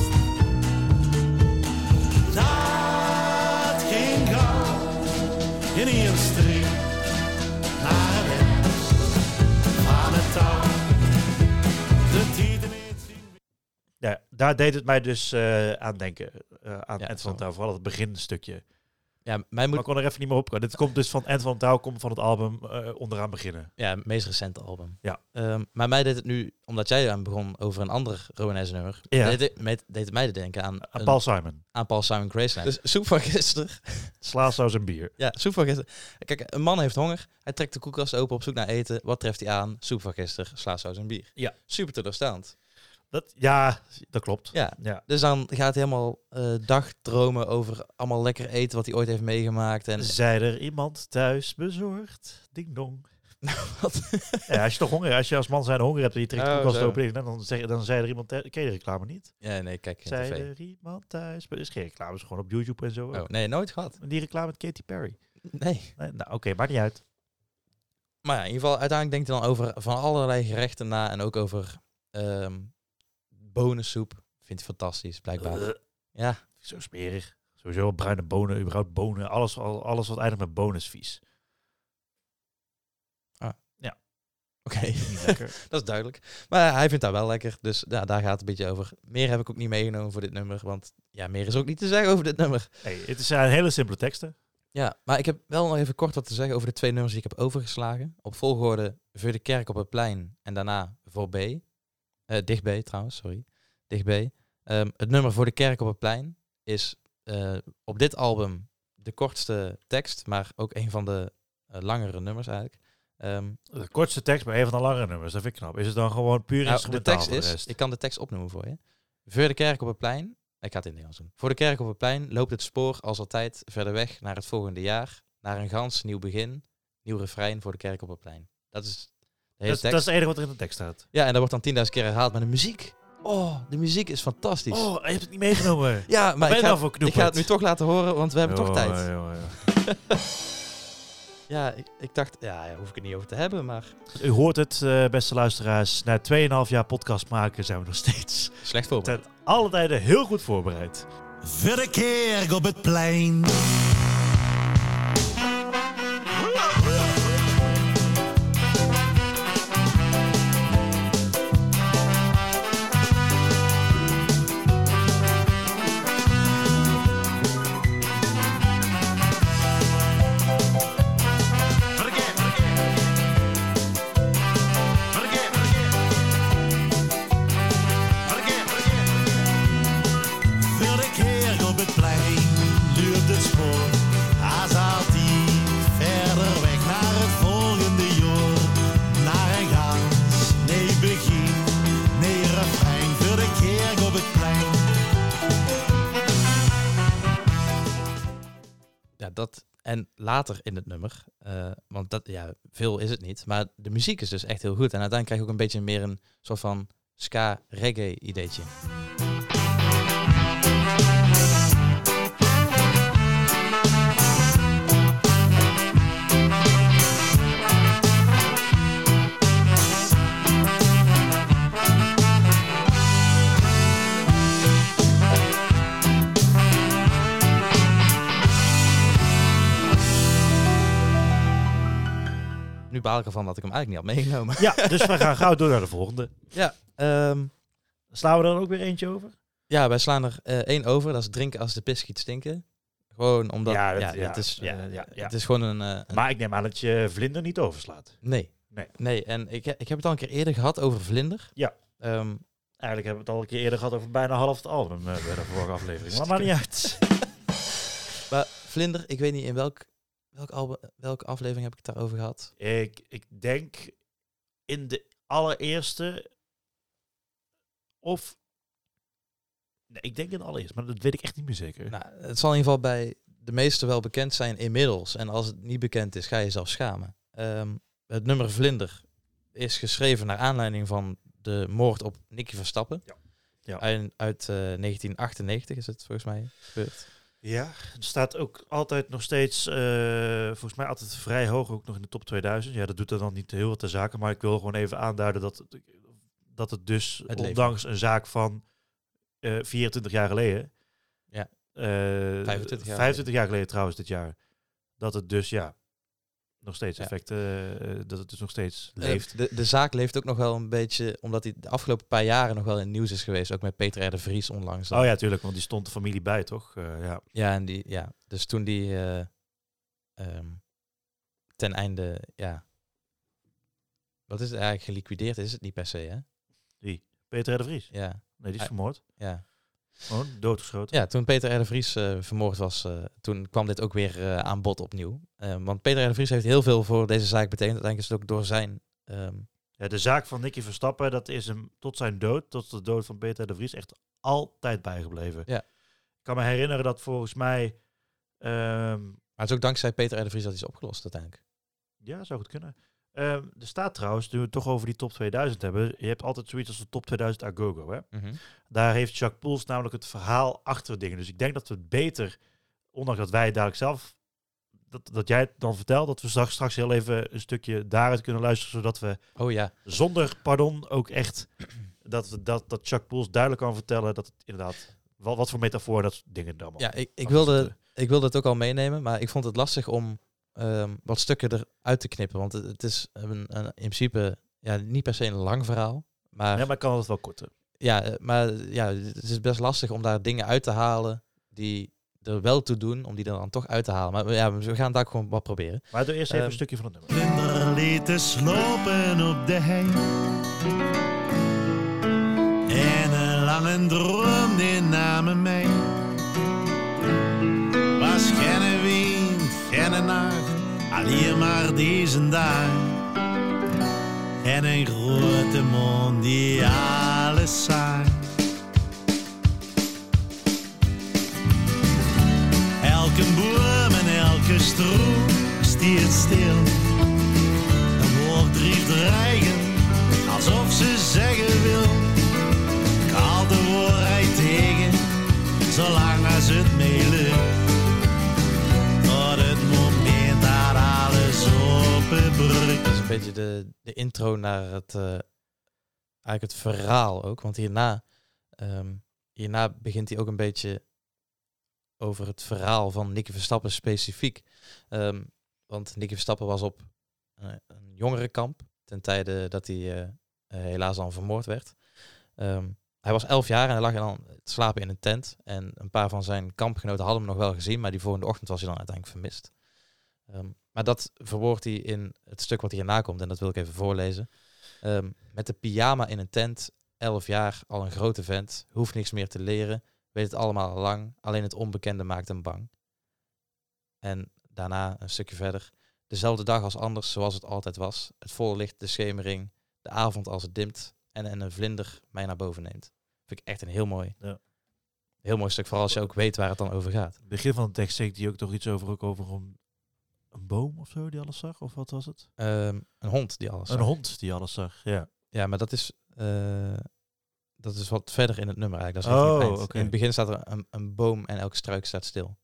Dat ging gauw in een streep naar het eind van het touw. De tijden niet zien. Ja, daar deed het mij dus uh, aan denken. Uh, aan ja, End van Touw, vooral het beginstukje. Ja, mij moet... Maar ik kon er even niet meer op komen. Dit komt dus van End van Touw, komt van het album uh, onderaan beginnen. Ja, het meest recente album. Ja. Um, maar mij deed het nu, omdat jij aan begon over een ander Rowan Harrison nummer, ja. deed, het, deed, deed het mij te denken aan... Aan een, Paul Simon. Aan Paul Simon Graceland. Dus Soep van gisteren. Sla, saus en bier. Ja, Soep van gisteren. Kijk, een man heeft honger. Hij trekt de koelkast open op zoek naar eten. Wat treft hij aan? Soep van gisteren, sla, saus en bier. Ja. Super teleurstaand. Dat, ja, dat klopt. Ja. ja. Dus dan gaat hij helemaal uh, dagdromen over allemaal lekker eten wat hij ooit heeft meegemaakt. En... Zei er iemand thuis bezorgd? Ding dong. Ja, als je toch honger, als je als man zijn honger hebt en je trekt de oh, koelkast open, dan, zeg, dan zei er iemand thuis. Ken je de reclame niet? Ja, nee, kijk geen Zei tv. er iemand thuis? Maar er is geen reclame, is gewoon op YouTube en zo. Oh, nee, nooit gehad. En die reclame met Katy Perry. Nee. nee nou, oké, okay, maakt niet uit. Maar ja, in ieder geval, uiteindelijk denkt hij dan over van allerlei gerechten na en ook over um, bonensoep. Vindt hij fantastisch, blijkbaar. Uh, ja. Zo smerig. Sowieso bruine bonen, überhaupt bonen. Alles, alles wat eindigt met bonen is vies. Ah. Ja. Oké, okay. Dat is duidelijk. Maar hij vindt dat wel lekker, dus ja, daar gaat het een beetje over. Meer heb ik ook niet meegenomen voor dit nummer, want ja, meer is ook niet te zeggen over dit nummer. Hey, het zijn hele simpele teksten. Ja, maar ik heb wel nog even kort wat te zeggen over de twee nummers die ik heb overgeslagen. Op volgorde Voor de kerk op het plein en daarna Voor B. Uh, dicht B trouwens, sorry. Dicht B. Um, het nummer Voor de kerk op het plein is uh, op dit album de kortste tekst, maar ook een van de uh, langere nummers eigenlijk. Um, de kortste tekst, maar een van de langere nummers. Dat vind ik knap. Is het dan gewoon puur nou, instrumentaal? De tekst de is, ik kan de tekst opnoemen voor je. Voor de kerk op het plein, ik ga het in het Nederlands doen. Voor de kerk op het plein loopt het spoor als altijd verder weg naar het volgende jaar. Naar een gans nieuw begin, nieuw refrein voor de kerk op het plein. Dat is de hele dat, tekst. dat is het enige wat er in de tekst staat. Ja, en dat wordt dan tienduizend keer herhaald. Maar de muziek, oh, de muziek is fantastisch. Oh, je hebt het niet meegenomen. Ja, maar ben ik je ga, nou voor ik knoepert? ga het nu toch laten horen, want we hebben Jo, toch tijd. jo, jo. Ja, ik, ik dacht, ja, daar hoef ik het niet over te hebben, maar... U hoort het, uh, beste luisteraars. Na twee en een half jaar podcast maken zijn we nog steeds Slecht voorbereid. ten alle tijden heel goed voorbereid. Voor de kerk op het plein. Dat, en later in het nummer, uh, want dat, ja, veel is het niet, maar de muziek is dus echt heel goed. En uiteindelijk krijg je ook een beetje meer een soort van ska-reggae ideetje. Nu baal ik ervan dat ik hem eigenlijk niet had meegenomen. Ja, dus we gaan gauw door naar de volgende. Ja. Um, Slaan we er dan ook weer eentje over? Ja, wij slaan er uh, één over. Dat is drinken als de pis schiet stinken. Gewoon omdat... Ja, dat, ja, ja, het, is, ja, uh, ja, ja. het is gewoon een, uh, een... Maar ik neem aan dat je vlinder niet overslaat. Nee. Nee. Nee, en ik, ik heb het al een keer eerder gehad over vlinder. Ja. Um, Eigenlijk hebben we het al een keer eerder gehad over bijna half het album uh, bij de vorige aflevering. Maar maakt niet uit. Maar vlinder, ik weet niet in welk... Welk album, welke aflevering heb ik het daarover gehad? Ik, ik denk in de allereerste of... Nee, ik denk in de allereerste, maar dat weet ik echt niet meer zeker. Nou, het zal in ieder geval bij de meesten wel bekend zijn inmiddels. En als het niet bekend is, ga je jezelf schamen. Um, het nummer Vlinder is geschreven naar aanleiding van de moord op Nicky Verstappen. Ja. Ja. Uit, uit uh, negentien achtennegentig is het volgens mij gebeurd. Ja, het staat ook altijd nog steeds, uh, volgens mij altijd vrij hoog, ook nog in de top tweeduizend. Ja, dat doet er dan niet heel wat ter zake, maar ik wil gewoon even aanduiden dat, dat het dus, het ondanks een zaak van uh, vierentwintig jaar geleden, ja. uh, vijfentwintig, jaar, vijfentwintig jaar geleden trouwens dit jaar, dat het dus ja, nog steeds ja. effecten, uh, dat het dus nog steeds leeft. Uh, de, de zaak leeft ook nog wel een beetje, omdat hij de afgelopen paar jaren nog wel in het nieuws is geweest, ook met Peter R. de Vries onlangs. Dan. Oh ja, tuurlijk, want die stond de familie bij, toch? Uh, ja. Ja, en die, ja, dus toen die uh, um, ten einde, ja, wat is het eigenlijk, geliquideerd is het niet per se, hè? Wie? Peter R. de Vries? Ja. Nee, die is hij, vermoord. Ja. Gewoon doodgeschoten. Ja, toen Peter R. de Vries uh, vermoord was, uh, toen kwam dit ook weer uh, aan bod opnieuw. Uh, want Peter R. de Vries heeft heel veel voor deze zaak betekend. Uiteindelijk is het ook door zijn... Um... Ja, de zaak van Nicky Verstappen, dat is hem tot zijn dood, tot de dood van Peter R. de Vries, echt altijd bijgebleven. Ja. Ik kan me herinneren dat volgens mij... Um... Maar het is ook dankzij Peter R. de Vries dat hij is opgelost uiteindelijk. Ja, zou goed kunnen. Um, er staat trouwens, nu we het toch over die top tweeduizend hebben, je hebt altijd zoiets als de top tweeduizend Agogo, hè? Mm-hmm. Daar heeft Jacques Poels namelijk het verhaal achter dingen. Dus ik denk dat we het beter, ondanks dat wij het dadelijk zelf, dat, dat jij het dan vertelt, dat we straks, straks heel even een stukje daaruit kunnen luisteren, zodat we oh, ja. zonder pardon ook echt, dat, we, dat, dat Jacques Poels duidelijk kan vertellen dat het inderdaad, wat, wat voor metafoor dat soort dingen dan. Ja, ik, ik, wilde, ik wilde het ook al meenemen, maar ik vond het lastig om Um, wat stukken eruit te knippen. Want het, het is een, een, in principe ja, niet per se een lang verhaal. Maar, ja, maar ik kan het wel korten. Ja, maar ja, het is best lastig om daar dingen uit te halen die er wel toe doen, om die er dan toch uit te halen. Maar ja, we gaan daar gewoon wat proberen. Maar doe eerst even um, een stukje van het nummer. Vlinder lieten slopen op de hei. En een lange droom die namen mij. Was kennen wie en nacht, alleen maar deze dag. En een grote mond die alles zag. Elke boom en elke stroom stiert stil. De wolk drijft dreigen, alsof ze zeggen wil. Ik haal de waarheid tegen, zolang als het mee lukt. Tot het moment dat alles openbreekt. Dat is een beetje de, de intro naar het, uh, eigenlijk het verhaal ook. Want hierna, um, hierna begint hij ook een beetje over het verhaal van Nicky Verstappen specifiek. Um, want Nicky Verstappen was op uh, een jongerenkamp ten tijde dat hij uh, uh, helaas al vermoord werd. Um, hij was elf jaar en hij lag dan te slapen in een tent. En een paar van zijn kampgenoten hadden hem nog wel gezien, maar die volgende ochtend was hij dan uiteindelijk vermist. Um, maar dat verwoordt hij in het stuk wat hierna komt en dat wil ik even voorlezen. Um, met de pyjama in een tent, elf jaar, al een grote vent, hoeft niks meer te leren, weet het allemaal al lang, alleen het onbekende maakt hem bang. En daarna een stukje verder. Dezelfde dag als anders, zoals het altijd was. Het volle licht, de schemering, de avond als het dimt en, en een vlinder mij naar boven neemt. Vind ik echt een heel mooi, Ja. heel mooi stuk, vooral als je ook weet waar het dan over gaat. Het begin van de tekst zegt hij ook toch iets over, ook over een, een boom of zo die alles zag? Of wat was het? Um, een hond die alles Een zag. hond die alles zag, ja. Ja, maar dat is, uh, dat is wat verder in het nummer eigenlijk. Dat is Oh, richting het eind. oké. In het begin staat er een, een boom en elke struik staat stil.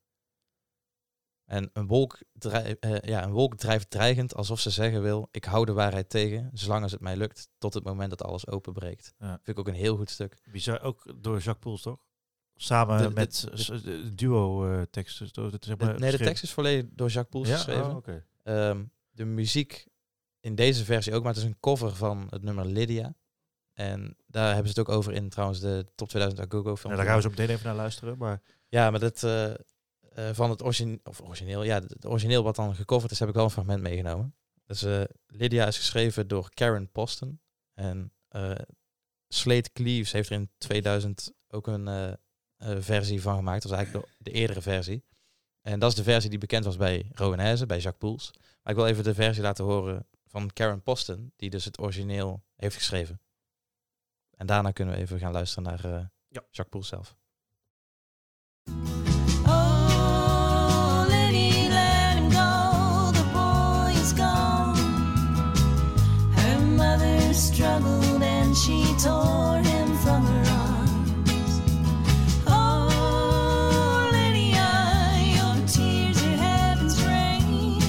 En een wolk, drijf, uh, ja, een wolk drijft dreigend alsof ze zeggen wil, ik hou de waarheid tegen, zolang als het mij lukt, tot het moment dat alles openbreekt. Ja. Vind ik ook een heel goed stuk. Bizar, ook door Jacques Poels, toch? Samen De- de- met de- s- de duo-teksten. Uh, zeg De, maar, nee, de geschreven. tekst is volledig door Jacques Poels Ja? geschreven. Oh, oké. Um, de muziek in deze versie ook, maar het is een cover van het nummer Lydia. En daar hebben ze het ook over in trouwens de Top tweeduizend Agogo film. Ja, daar gaan we zo meteen even naar luisteren. Maar Ja, maar dat uh, uh, van het origine of origineel, ja, het origineel wat dan gecoverd is, heb ik wel een fragment meegenomen. Dus uh, Lydia is geschreven door Karen Poston en uh, Slate Cleaves heeft er in tweeduizend ook een uh, uh, versie van gemaakt. Dat was eigenlijk de, de eerdere versie. En dat is de versie die bekend was bij Rowan Heze, bij Jacques Poels. Maar ik wil even de versie laten horen van Karen Poston, die dus het origineel heeft geschreven. En daarna kunnen we even gaan luisteren naar uh, Ja. Jacques Poels zelf. Oh, Liddy, let him go. The boy is gone. Her mother struggled and she tore him from her arms. Oh, Lydia, your tears are heaven's rain.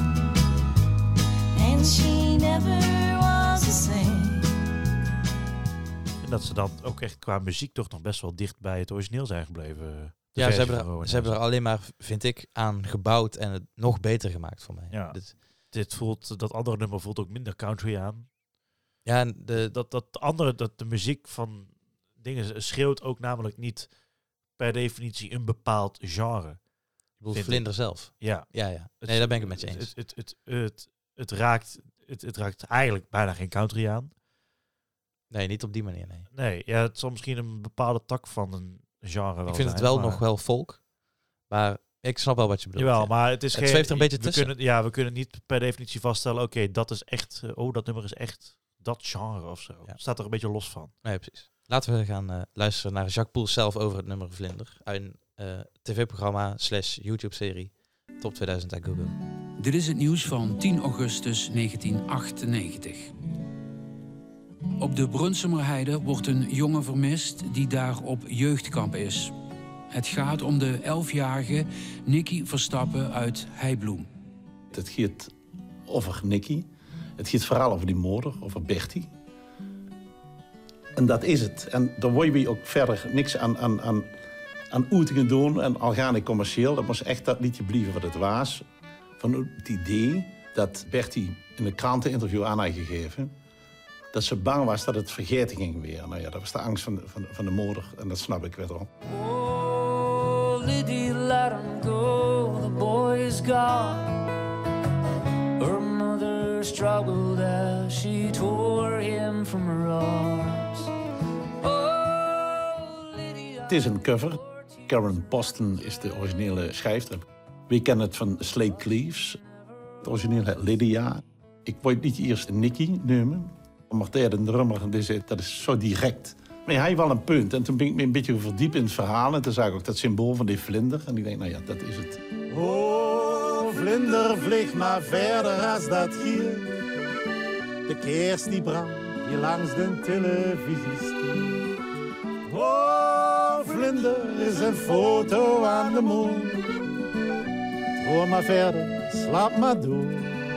And she never was the same. en dat ze dan ook echt qua muziek toch nog best wel dicht bij het origineel zijn gebleven. De Ja, ze versie hebben, van er, Rowan ze hebben er Heze. alleen maar, vind ik, aan gebouwd en het nog beter gemaakt voor mij. Ja. Dit, Dit voelt, dat andere nummer voelt ook minder country aan. ja, en de, Dat, dat andere, dat de muziek van dingen schreeuwt ook namelijk niet per definitie een bepaald genre. ik bedoel, vind Vlinder zelf. Ja. Ja, ja. Het- Nee, daar ben ik het met je eens. Het, het, het, het, het, het raakt, het, het raakt eigenlijk bijna geen country aan. Nee, niet op die manier, nee. Nee, ja, het zal misschien een bepaalde tak van een genre wel Ik vind het zijn, wel maar- nog wel folk. Maar ik snap wel wat je bedoelt. Jawel, ja. maar het is Het geen... zweeft er een beetje we tussen. Kunnen, ja, we kunnen niet per definitie vaststellen, oké, dat is echt... uh, oh, dat nummer is echt dat genre of zo. Ja. Staat er een beetje los van. Nee, precies. Laten we gaan uh, luisteren naar Jacques Poels zelf over het nummer Vlinder. Uit een uh, tv-programma slash YouTube-serie Top tweeduizend Agogo. Dit is het nieuws van tien augustus negentien achtennegentig. Op de Brunsumerheide wordt een jongen vermist die daar op jeugdkamp is. Het gaat om de elfjarige Nicky Verstappen uit Heibloem. Het gaat over Nicky. Het gaat vooral over die moeder, over Bertie. En dat is het. En daar wil je ook verder niks aan, aan, aan, aan uitingen doen. En organisch commercieel, dat moest echt dat liedje blijven wat het was. Van het idee dat Bertie in een kranteninterview aan had gegeven dat ze bang was dat het vergeten ging weer. Nou ja, dat was de angst van, van, van de moeder. En dat snap ik wederom. Oh, Liddy, let him go. The boy is gone. Her mother struggled as she tore him from her arms. Oh, Lydia. Het is een cover. Karen Poston is de originele schrijfster. We kennen het van Slate Cleaves. Het origineel heet Lydia. Ik wou niet eerst Nicky nemen. Martijn, de drummer, die zei, dat is zo direct. Maar hij had wel een punt. En toen ben ik me een beetje verdiept in het verhaal. En toen zag ik ook dat symbool van die vlinder. En ik denk, nou ja, dat is het. Oh, vlinder, vlieg maar verder als dat hier. De kerst die brandt hier langs de televisie stiert. Oh, vlinder is een foto aan de mond. Hoor maar verder, slaap maar door.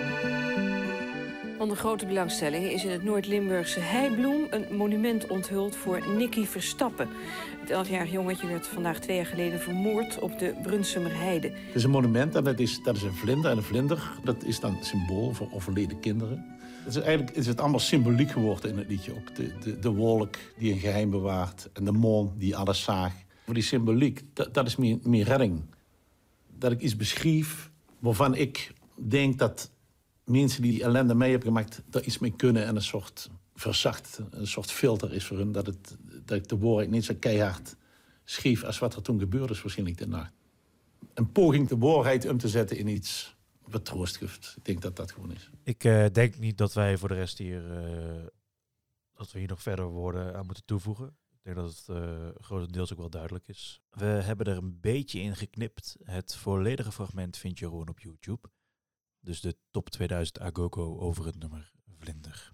Onder grote belangstelling is in het Noord-Limburgse Heibloem een monument onthuld voor Nicky Verstappen. Het elfjarig jongetje werd vandaag twee jaar geleden vermoord op de Brunsumerheide. Het is een monument en dat is, dat is een vlinder. En een vlinder, dat is dan het symbool voor overleden kinderen. Het is eigenlijk is het allemaal symboliek geworden in het liedje ook. De, de, de wolk die een geheim bewaart en de maan die alles zaag. Voor die symboliek, dat, dat is mijn, mijn redding. Dat ik iets beschrijf waarvan ik denk dat mensen die die ellende mee hebben gemaakt, daar iets mee kunnen en een soort verzacht, een soort filter is voor hun. Dat, het, dat ik de woorden niet zo keihard schreef als wat er toen gebeurde is waarschijnlijk de nacht. Een poging de waarheid om te zetten in iets wat troost geeft. Ik denk dat dat gewoon is. Ik uh, denk niet dat wij voor de rest hier, uh, dat we hier nog verder woorden aan moeten toevoegen. Ik denk dat het uh, grotendeels ook wel duidelijk is. We hebben er een beetje in geknipt. Het volledige fragment vind je gewoon op YouTube. Dus de top tweeduizend Agogo over het nummer Vlinder.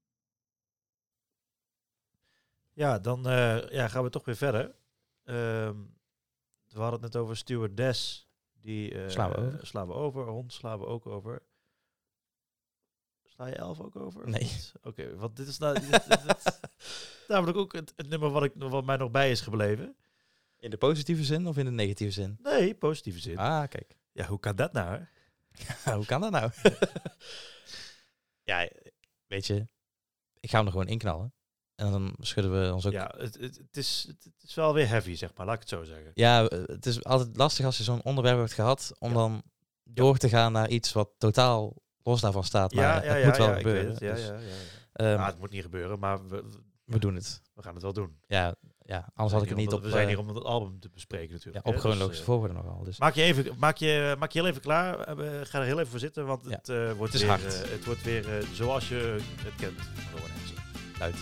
Ja, dan uh, ja, gaan we toch weer verder. Uh, we hadden het net over Stewardess. Die uh, slaan we over. Slaan we over. Hond slaan we ook over. Sla je elf ook over? Nee. Oké, okay, want dit is nou, dit, dit, dit, namelijk ook het, het nummer wat, ik, wat mij nog bij is gebleven. In de positieve zin of in de negatieve zin? Nee, positieve zin. Ah, kijk. Ja, hoe kan dat nou? Ja, hoe kan dat nou? Ja, weet je, ik ga hem er gewoon inknallen. En dan schudden we ons ook... Ja, het, het, het, is, het is wel weer heavy, zeg maar. Laat ik het zo zeggen. Ja, het is altijd lastig als je zo'n onderwerp hebt gehad, om ja. dan door te gaan naar iets wat totaal los daarvan staat. Maar ja, het ja, ja, moet wel ja, gebeuren. Het, ja, dus, ja, ja, ja. Um, nou, het moet niet gebeuren, maar we, we, we doen het. We gaan het wel doen. Ja, ja anders had ik het niet omdat, op... We zijn uh, hier om het album te bespreken natuurlijk. Ja, op hè? chronologische dus, volgorde nogal. Dus. Maak je, even, maak, je, maak je heel even klaar. Uh, ga er heel even voor zitten, want ja. het, uh, wordt het is weer, hard. Uh, het wordt weer uh, zoals je het kent. Luid.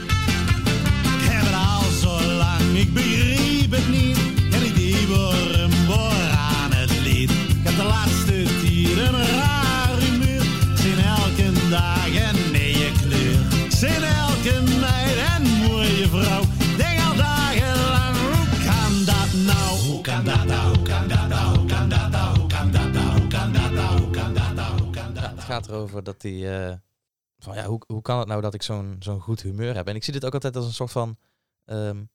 Ik heb het al zo lang, ik begreep het niet. En ik die waarom aan het lied. Ik heb de laatste tijd een raar humeur. Zin elke dag een nieuwe kleur. Zin elke meid en mooie vrouw. Denk al dagenlang, hoe kan dat nou? Hoe kan dat nou? Hoe kan dat nou? Hoe kan dat nou? Hoe kan dat nou? Hoe kan dat nou? Hoe kan dat nou? Hoe kan dat nou? Het gaat erover dat die... Uh, van ja, hoe, hoe kan het nou dat ik zo'n zo'n goed humeur heb? En ik zie dit ook altijd als een soort van um,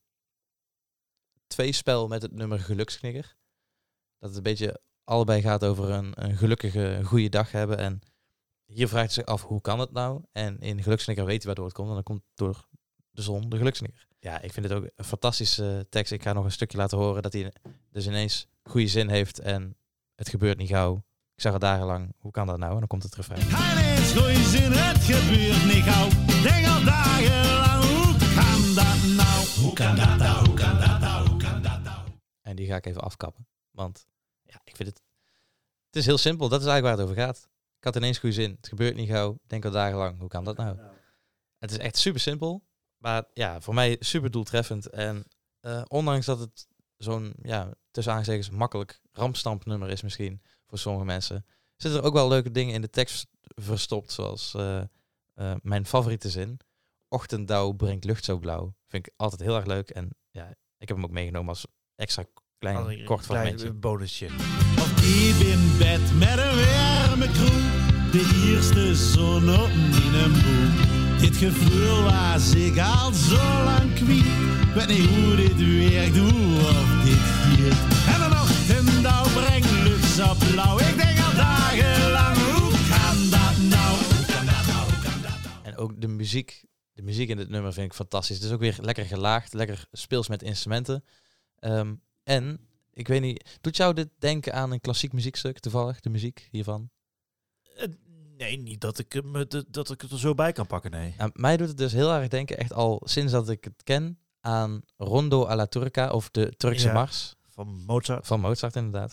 tweespel met het nummer Geluksknigger. Dat het een beetje allebei gaat over een, een gelukkige, goede dag hebben. En hier vraagt hij zich af, hoe kan het nou? En in Geluksknigger weet hij waardoor het komt. En dan komt door de zon de Geluksknigger. Ja, ik vind het ook een fantastische tekst. Ik ga nog een stukje laten horen dat hij dus ineens goede zin heeft. En het gebeurt niet gauw. Ik zag het dagenlang, hoe kan dat nou? En dan komt het refrein. Hij is goeie zin, het gebeurt niet gauw. Denk al dagenlang, hoe kan dat nou? Hoe kan dat nou? Hoe kan dat nou? Hoe kan dat nou? En die ga ik even afkappen. Want ja, ik vind het... Het is heel simpel, dat is eigenlijk waar het over gaat. Ik had ineens goede zin, het gebeurt niet gauw. Denk al dagenlang, hoe kan dat nou? Het is echt super simpel. Maar ja, voor mij super doeltreffend. En uh, ondanks dat het zo'n, ja, tussen aanstekens makkelijk rampstampnummer is misschien... voor sommige mensen, zitten er ook wel leuke dingen in de tekst verstopt, zoals uh, uh, mijn favoriete zin. Ochtenddauw brengt lucht zo blauw. Vind ik altijd heel erg leuk. En ja, ik heb hem ook meegenomen als extra klein, oh, kort fragmentje. Klein bonusje. Of diep in bed met een warme kroeg. De eerste zon op mijn boek. Dit gevoel was ik al zo lang kwijt. Ik weet niet hoe dit werkt, hoe of dit hier. En een ochtenddauw brengt lucht zo blauw. Ik denk al dagenlang, hoe kan dat nou? Hoe kan dat nou? Hoe kan dat nou? En ook de muziek, de muziek in dit nummer vind ik fantastisch. Het is ook weer lekker gelaagd, lekker speels met instrumenten. Um, en, ik weet niet, doet jou dit denken aan een klassiek muziekstuk toevallig, de muziek hiervan? Uh, nee, niet dat ik, hem, dat ik het er zo bij kan pakken, nee. Nou, mij doet het dus heel erg denken, echt al sinds dat ik het ken, aan Rondo alla Turca of de Turkse ja, Mars. Van Mozart. Van Mozart, inderdaad.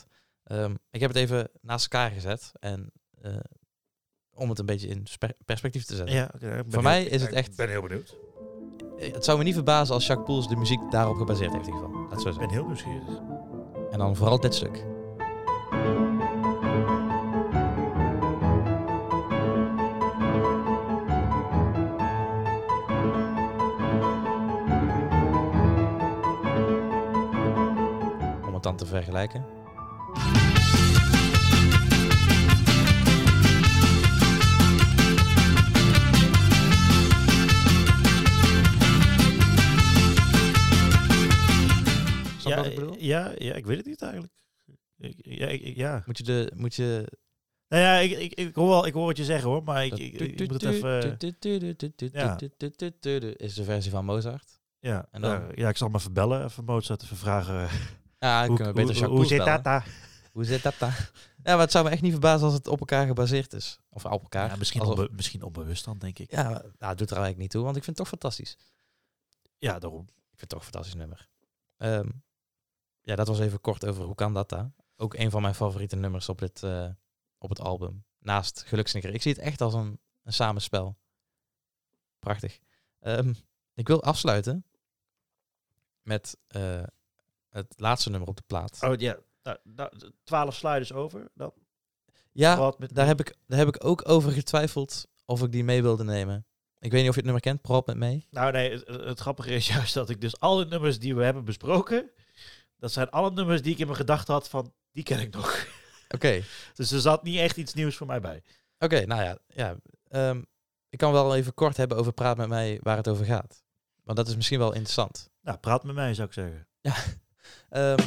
Um, ik heb het even naast elkaar gezet. En uh, om het een beetje in sper- perspectief te zetten. Ja, okay, ik ben Voor heel, mij is ik het echt... Ik ben heel benieuwd. Het zou me niet verbazen als Jacques Poels de muziek daarop gebaseerd heeft in ieder geval. Laat het zo Ik ben zeggen. heel nieuwsgierig. En dan vooral dit stuk. Om het dan te vergelijken. Snap je Ja, wat ik bedoel? ja, ja, ik weet het niet eigenlijk. Ik, ja, ik, ja. Moet je de... Moet je... Nou ja, ik, ik, ik, hoor wel, ik hoor wat je zegt hoor, maar ik, ik, ik moet het even... Ja. Is de versie van Mozart. Ja, En dan- ja, ja, ik zal hem even bellen, even Mozart even vragen. Ja, hoe, kunnen we beter hoe, Jacques hoe Poels zit bellen. dat daar? Hoe zit dat daar? Ja, maar het zou me echt niet verbazen als het op elkaar gebaseerd is. Of op elkaar. Ja, misschien, Alsof- onbe, misschien onbewust dan, denk ik. Ja, nou, het doet er eigenlijk niet toe, want ik vind het toch fantastisch. Ja, daarom. Ik vind het toch een fantastisch nummer. Ehm, ja, dat was even kort over Hoe kan dat daar? Ook een van mijn favoriete nummers op, dit, uh, op het album. Naast Geluksknikker. Ik zie het echt als een, een samenspel. Prachtig. Um, ik wil afsluiten met uh, het laatste nummer op de plaat. Oh ja, nou, nou, twaalf sliders over dan? Ja, Praat met daar me. heb, ik, daar heb ik ook over getwijfeld of ik die mee wilde nemen. Ik weet niet of je het nummer kent, Praat met mee. Nou nee, het, het grappige is juist dat ik dus alle nummers die we hebben besproken, dat zijn alle nummers die ik in mijn gedachten had van, die ken ik nog. Oké. Okay. Dus er zat niet echt iets nieuws voor mij bij. Oké, okay, nou ja. ja um, ik kan wel even kort hebben over Praat met mij waar het over gaat. Want dat is misschien wel interessant. Nou, praat met mij zou ik zeggen. Ja. Um,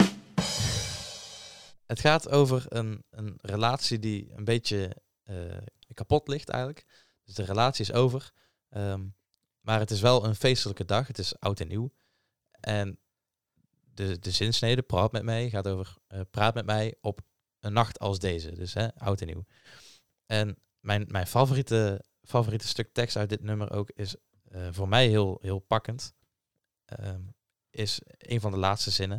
het gaat over een, een relatie die een beetje uh, kapot ligt eigenlijk. Dus de relatie is over. Um, maar het is wel een feestelijke dag. Het is oud en nieuw. En de, de zinsnede, praat met mij, gaat over uh, praat met mij op een nacht als deze. Dus hè, oud en nieuw. En mijn, mijn favoriete, favoriete stuk tekst uit dit nummer ook is uh, voor mij heel, heel pakkend. Um, is een van de laatste zinnen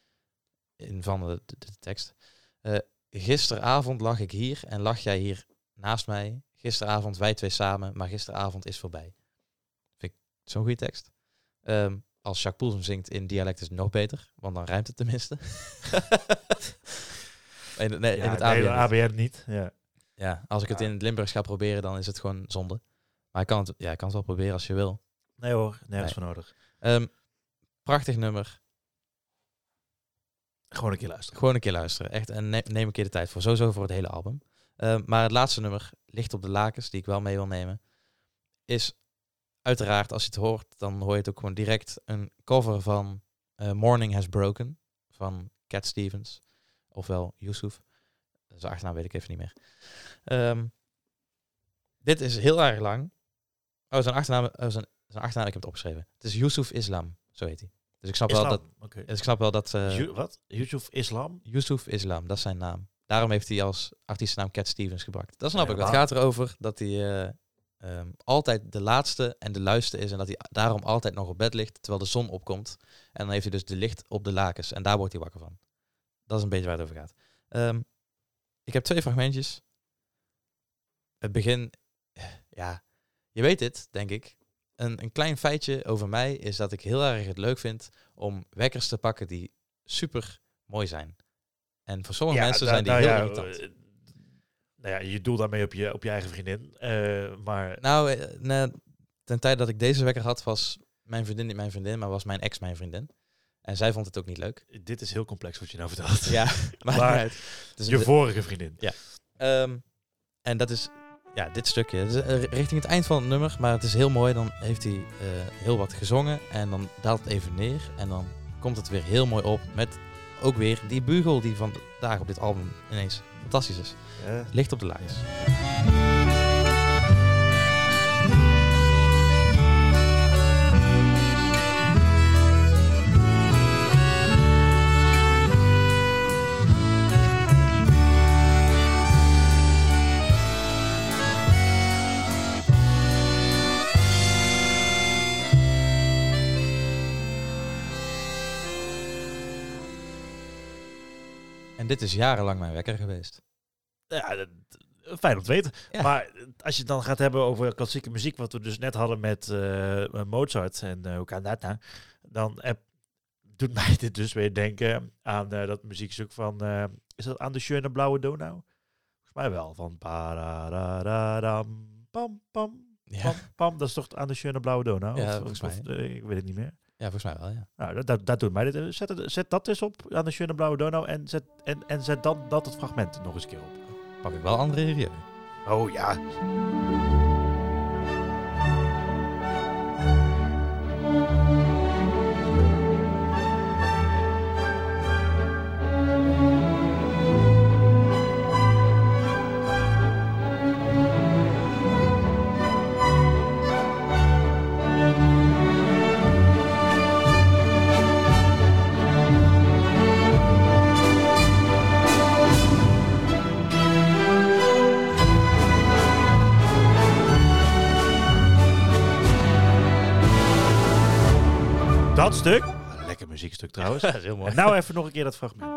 in van de, de, de tekst. Uh, gisteravond lag ik hier en lag jij hier naast mij. Gisteravond wij twee samen, maar gisteravond is voorbij. Vind ik zo'n goede tekst. Um, als Jacques Poels hem zingt in dialect is het nog beter, want dan rijmt het tenminste. in, nee, ja, in het nee, A B N, A B N niet. Ja. Ja, als ik het in het Limburgs ga proberen, dan is het gewoon zonde. Maar ik kan het, ja, ik kan het wel proberen als je wil. Nee hoor, nergens Nee. voor nodig. Um, prachtig nummer. Gewoon een keer luisteren. Gewoon een keer luisteren. Echt, en neem, neem een keer de tijd voor. Sowieso voor het hele album. Um, maar het laatste nummer, Licht op de lakens, die ik wel mee wil nemen, is uiteraard, als je het hoort, dan hoor je het ook gewoon direct een cover van uh, Morning Has Broken van Cat Stevens. Ofwel Yusuf. Zijn achternaam weet ik even niet meer. Um, dit is heel erg lang. Oh, zijn achternaam, oh, zijn, zijn achternaam, ik heb het opgeschreven. Het is Yusuf Islam, zo heet hij. Dus ik snap Islam. wel dat... Okay. Dus ik snap wel dat... Uh, Ju- wat? Yusuf Islam? Yusuf Islam, dat is zijn naam. Daarom heeft hij als artiestennaam Cat Stevens gebruikt. Dat snap Ja, ik. Het waar. gaat erover dat hij uh, um, altijd de laatste en de luiste is. En dat hij daarom altijd nog op bed ligt terwijl de zon opkomt. En dan heeft hij dus de licht op de lakens. En daar wordt hij wakker van. Dat is een beetje waar het over gaat. Um, ik heb twee fragmentjes. Het begin... Ja, je weet het, denk ik. Een, een klein feitje over mij is dat ik heel erg het leuk vind om wekkers te pakken die super mooi zijn. En voor sommige mensen da- zijn die nou heel ja, irritant. uh, nou ja, je doelt daarmee op je, op je eigen vriendin. Uh, maar Nou, uh, nee, ten tijde dat ik deze wekker had, was mijn vriendin niet mijn vriendin, maar was mijn ex mijn vriendin. En zij vond het ook niet leuk. Dit is heel complex wat je nou vertelt. Ja, maar, maar dus je de, vorige vriendin. Ja. Um, en dat is... Ja, dit stukje. Dus, uh, richting het eind van het nummer, maar het is heel mooi. Dan heeft hij uh, heel wat gezongen en dan daalt het even neer. En dan komt het weer heel mooi op met ook weer die bugel die vandaag op dit album ineens fantastisch is. Ja. Licht op de lakens. dit is jarenlang mijn wekker geweest. Ja, dat- fijn om te weten. Ja. Maar als je het dan gaat hebben over klassieke muziek, wat we dus net hadden met eh, Mozart en uh, hoe kan dat nou? Dan heb, doet mij dit dus weer denken aan uh, dat muziekstuk van, uh, is dat aan de Schöne Blauwe Donau? Volgens mij wel, van parararadam, pam, pam, Ja. pam, pam. Dat is toch aan de Schöne Blauwe Donau? Ja, Of- volgens of- mij. uh, ik weet het niet meer. Ja, volgens mij wel, ja. Nou, dat, dat, dat doet mij dit. Zet, het, zet dat eens op aan de Schöne Blauwe Donau en zet, en, en zet dan dat het fragment nog eens een keer op. Pak ik wel André Rieu. Oh ja. Dat stuk. Lekker muziekstuk trouwens. Dat is heel mooi. En nou even nog een keer dat fragment.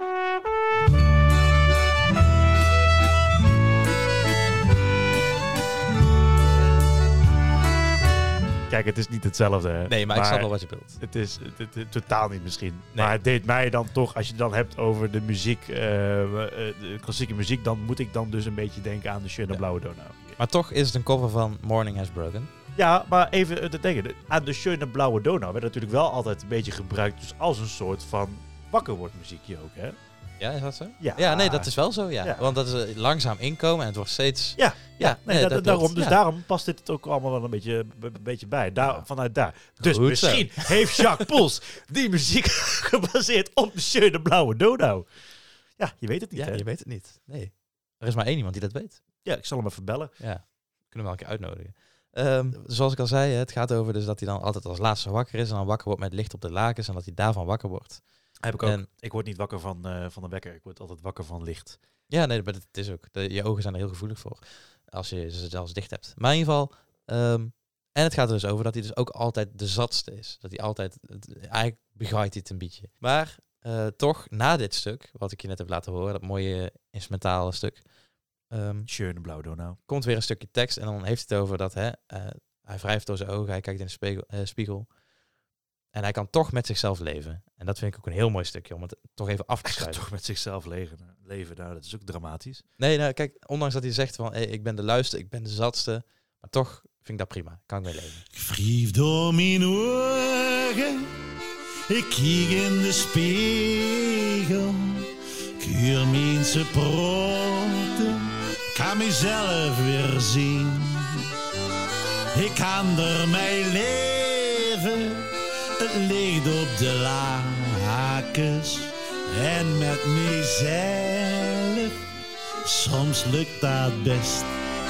Kijk, het is niet hetzelfde. Hè? Nee, maar, ik snap wel wat je bedoelt. Het is het, het- het- totaal niet misschien. Nee. Maar het deed mij dan toch, als je het dan hebt over de muziek, eh, eh, de klassieke muziek, dan moet ik dan dus een beetje denken aan de Schöne Ja. Blauwe Donau. Maar toch is het een cover van Morning Has Broken. Ja, maar even eh, te denken. de- Aan de Schöne Blauwe Donau werd natuurlijk wel altijd een beetje gebruikt dus als een soort van wakkerwordmuziekje ook, hè? Ja, is dat zo? Ja. Ja, nee, dat is wel zo, ja. Ja. Want dat is eh, langzaam inkomen en het wordt steeds... Ja, ja, nee, nee, dat- dat daarom, klopt. dus Ja. daarom past dit ook allemaal wel een beetje, b- een beetje bij. Daar, Ja. Vanuit daar. Dus Goed misschien heeft Jacques Poels die muziek gebaseerd op de Schöne Blauwe Donau. Ja, je weet het niet, Ja, hè? je weet het niet. Nee. Er is maar één iemand die dat weet. Ja, ik zal hem even bellen. Ja, kunnen we wel een keer uitnodigen. Ehm, zoals ik al zei, het gaat over dus dat hij dan altijd als laatste wakker is en dan wakker wordt met licht op de lakens en dat hij daarvan wakker wordt. Heb ik ook. En- Ik word niet wakker van, eh, van de wekker. Ik word altijd wakker van licht. Ja, nee, maar het is ook. De, je ogen zijn er heel gevoelig voor als je ze zelfs dicht hebt. Maar in ieder geval, ehm, en het gaat er dus over dat hij dus ook altijd de zatste is. Dat hij altijd, het, eigenlijk begrijpt hij het een beetje. Maar eh, toch, na dit stuk, wat ik je net heb laten horen, dat mooie instrumentale stuk, ehm, Schöne Blauwe Donau. komt weer een stukje tekst en dan heeft hij het over dat hè, eh, hij wrijft door zijn ogen, hij kijkt in de spiegel, eh, spiegel. En hij kan toch met zichzelf leven. En dat vind ik ook een heel mooi stukje om het toch even af te Hij gaat sluiten. toch met zichzelf leven. leven. Nou, dat is ook dramatisch. Nee, nou kijk, ondanks dat hij zegt van hey, ik ben de luiste, ik ben de zatste, maar toch vind ik dat prima. Kan ik mee leven. Ik wrijf door mijn ogen, ik kijk in de spiegel. Ik hoor mensen praten, ik kan mezelf weer zien. Ik kan er mijn leven, het ligt op de lakens. En met mezelf, soms lukt dat best.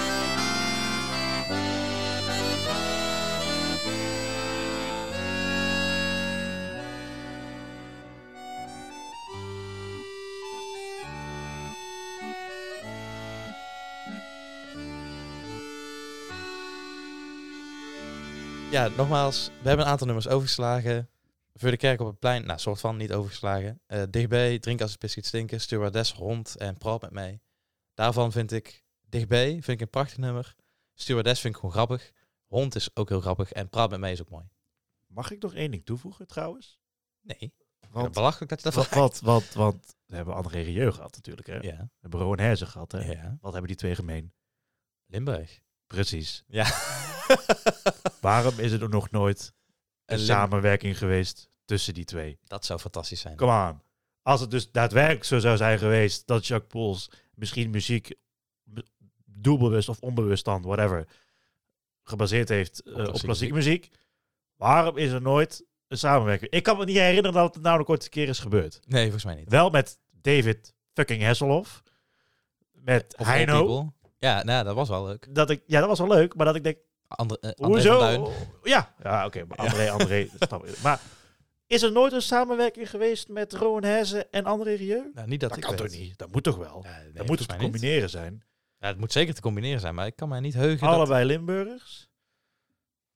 Ja, nogmaals, we hebben een aantal nummers overgeslagen. Voor de kerk op het plein, nou, soort van niet overgeslagen. Uh, dichtbij, drink als het biscuit stinken, stewardess, hond en praat met mij. Daarvan vind ik dichtbij, vind ik een prachtig nummer. Stewardess vind ik gewoon grappig. Hond is ook heel grappig en praat met mij is ook mooi. Mag ik nog één ding toevoegen trouwens? Nee, Want, belachelijk dat je dat wat, vraagt. wat, wat, want we hebben André Rieu gehad natuurlijk. Hè? We Ja, hebben Rowan Herzen gehad. Hè? ja. Wat hebben die twee gemeen? Limburg. Precies. Ja. Waarom is er nog nooit een Lim- samenwerking geweest tussen die twee? Dat zou fantastisch zijn. Come on. Als het dus daadwerkelijk zo zou zijn geweest dat Jacques Poels misschien muziek be- doelbewust of onbewust dan, whatever, gebaseerd heeft eh, op klassieke klassieke muziek. Waarom is er nooit een samenwerking? Ik kan me niet herinneren dat het nou nog ooit een keer is gebeurd. Nee, volgens mij niet. Wel met David fucking Hasselhoff. Met Of Heino. All People. Ja, nou, dat was wel leuk. Dat ik, ja, dat was wel leuk, maar dat ik denk, Andre, eh, André hoezo? van Duin. Ja, ja oké, maar André, André, dat snap ik. Maar is er nooit een samenwerking geweest met Rowan Herzen en André Rieu? Nou, niet dat, Dat ik kan weet. toch niet? Dat moet toch wel? Ja, nee, dat moet volgens het te mij niet. combineren zijn. Ja, het moet zeker te combineren zijn, maar ik kan mij niet heugen dat, Allebei Limburgers.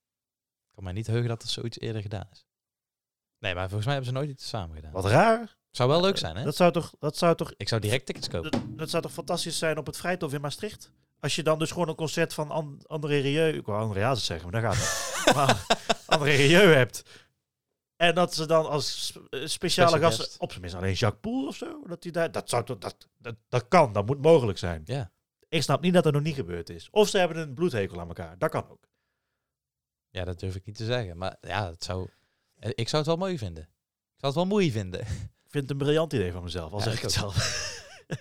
ik kan mij niet heugen dat er zoiets eerder gedaan is. Nee, maar volgens mij hebben ze nooit iets samen gedaan. Wat raar. Zou wel leuk zijn, hè? Dat zou toch, dat zou toch, Ik zou direct tickets kopen. dat, dat zou toch fantastisch zijn op het Vrijthof in Maastricht? Als je dan dus gewoon een concert van And- André Rieu, ik wou André Hazes zeggen, maar daar gaat het. Maar André Rieu hebt. En dat ze dan als sp- eh, speciale Special gast, guest. op zijn minst alleen Jacques Poel of zo, dat die daar, dat zou toch, dat, dat, dat kan, dat moet mogelijk zijn. Ja. Ik snap niet dat dat nog niet gebeurd is. Of ze hebben een bloedhekel aan elkaar, dat kan ook. Ja, dat durf ik niet te zeggen. Maar ja, het zou, eh, ik zou het wel mooi vinden. Ik zou het wel mooi vinden. Ik vind het een briljant idee van mezelf, al Ja, zeg ik ik het ook. zelf.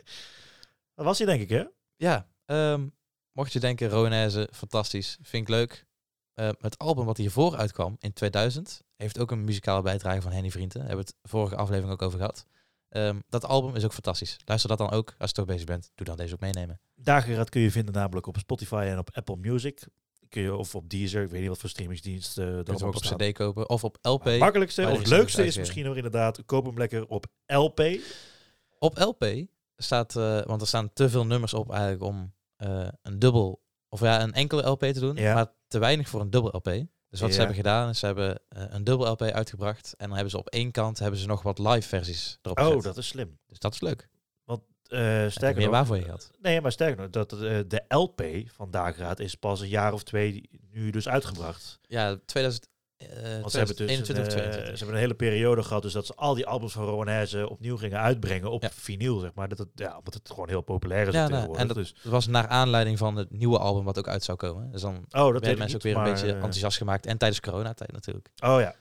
Dat was hij denk ik, hè? Ja, ehm, mocht je denken, Rowanese, fantastisch, vind ik leuk. Ehm, het album wat hiervoor uitkwam in tweeduizend heeft ook een muzikale bijdrage van Henny Vrienden. Daar hebben we het vorige aflevering ook over gehad. Ehm, dat album is ook fantastisch. Luister dat dan ook. Als je toch bezig bent, doe dan deze ook meenemen. Dageraad kun je vinden namelijk op Spotify en op Apple Music. Kun je, of op Deezer, ik weet niet wat voor streamingsdienst uh, Je er kunt hem ook op op staat. cd kopen of op L P. Het makkelijkste Maar of er het is leukste niks is uitgeven. misschien nog inderdaad, koop hem lekker op L P. Op L P staat, eh, want er staan te veel nummers op eigenlijk om eh, een dubbel, of ja, een enkele L P te doen, Ja. maar te weinig voor een dubbel L P. Dus wat Ja. ze hebben gedaan is, ze hebben eh, een dubbel L P uitgebracht en dan hebben ze op één kant hebben ze nog wat live versies erop Oh, gezet. dat is slim. Dus dat is leuk. Uh, Sterker sterker meer nog, waar voor je geld. Nee, maar sterker nog, dat, uh, de L P van Dageraad is pas een jaar of twee nu dus uitgebracht. Ja, tweeduizend, eh, Want ze hebben, dus eenentwintig een, of uh, tweeëntwintig. ze hebben een hele periode gehad, dus dat ze al die albums van Rowanese opnieuw gingen uitbrengen op Ja. vinyl, zeg maar. Dat het, ja, omdat het gewoon heel populair is Ja, op nou, tegenwoordig. en dat dus. Dat was naar aanleiding van het nieuwe album wat ook uit zou komen. Dus dan Oh, dat werden weet mensen ik ook niet, weer een maar, beetje uh, enthousiast gemaakt. En tijdens coronatijd natuurlijk. Oh ja.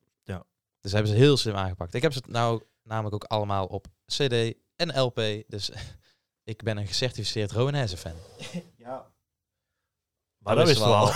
Dus hebben ze heel slim aangepakt. Ik heb ze nou namelijk ook allemaal op C D en L P. Dus ik ben een gecertificeerd Rowanese fan. Ja. Maar dat wisten we al.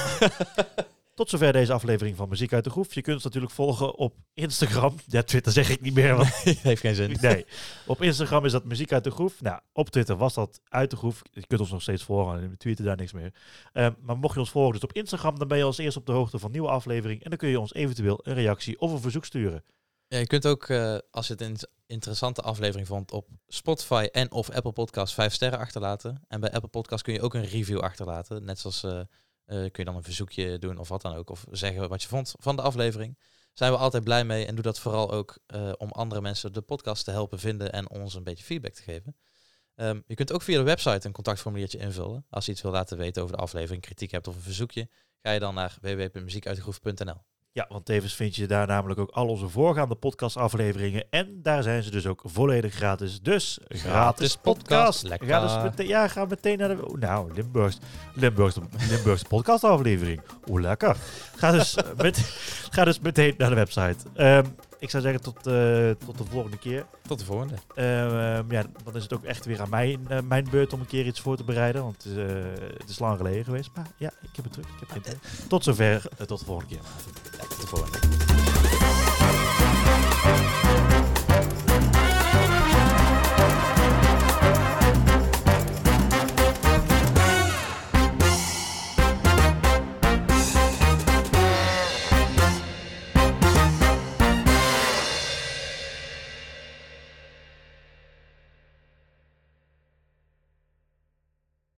Tot zover deze aflevering van Muziek uit de Groef. Je kunt ons natuurlijk volgen op Instagram. Ja, Twitter zeg ik niet meer, want Heeft geen zin. nee. Op Instagram is dat Muziek uit de Groef. Nou, op Twitter was dat uit de Groef. Je kunt ons nog steeds volgen en we tweeten daar niks meer. Uh, maar mocht je ons volgen dus op Instagram, dan ben je als eerst op de hoogte van nieuwe aflevering. En dan kun je ons eventueel een reactie of een verzoek sturen. Ja, je kunt ook, uh, als je het een interessante aflevering vond, op Spotify en of Apple Podcasts vijf sterren achterlaten. En bij Apple Podcasts kun je ook een review achterlaten. Net zoals... Uh, Uh, kun je dan een verzoekje doen of wat dan ook. Of zeggen wat je vond van de aflevering. Zijn we altijd blij mee. En doe dat vooral ook uh, om andere mensen de podcast te helpen vinden. En ons een beetje feedback te geven. Um, je kunt ook via de website een contactformuliertje invullen. Als je iets wil laten weten over de aflevering, kritiek hebt of een verzoekje. Ga je dan naar w w w punt muziekuitdegroef punt n l. Ja, want tevens vind je daar namelijk ook al onze voorgaande podcastafleveringen. En daar zijn ze dus ook volledig gratis. Dus gratis, Gratis podcast. podcast. Lekker. Ga dus meteen, ja, ga meteen naar de... Oh, nou, Limburgs, Limburgse, Limburgse podcastaflevering. Hoe lekker. Ga dus, met, ga dus meteen naar de website. Um, ik zou zeggen tot, uh, tot de volgende keer. Tot de volgende. Uh, um, ja, dan is het ook echt weer aan mij, uh, mijn beurt om een keer iets voor te bereiden. Want uh, het is lang geleden geweest. Maar ja, ik heb het terug. Ik heb geen tijd. Tot zover. Uh, tot de volgende keer. Ja, tot de volgende.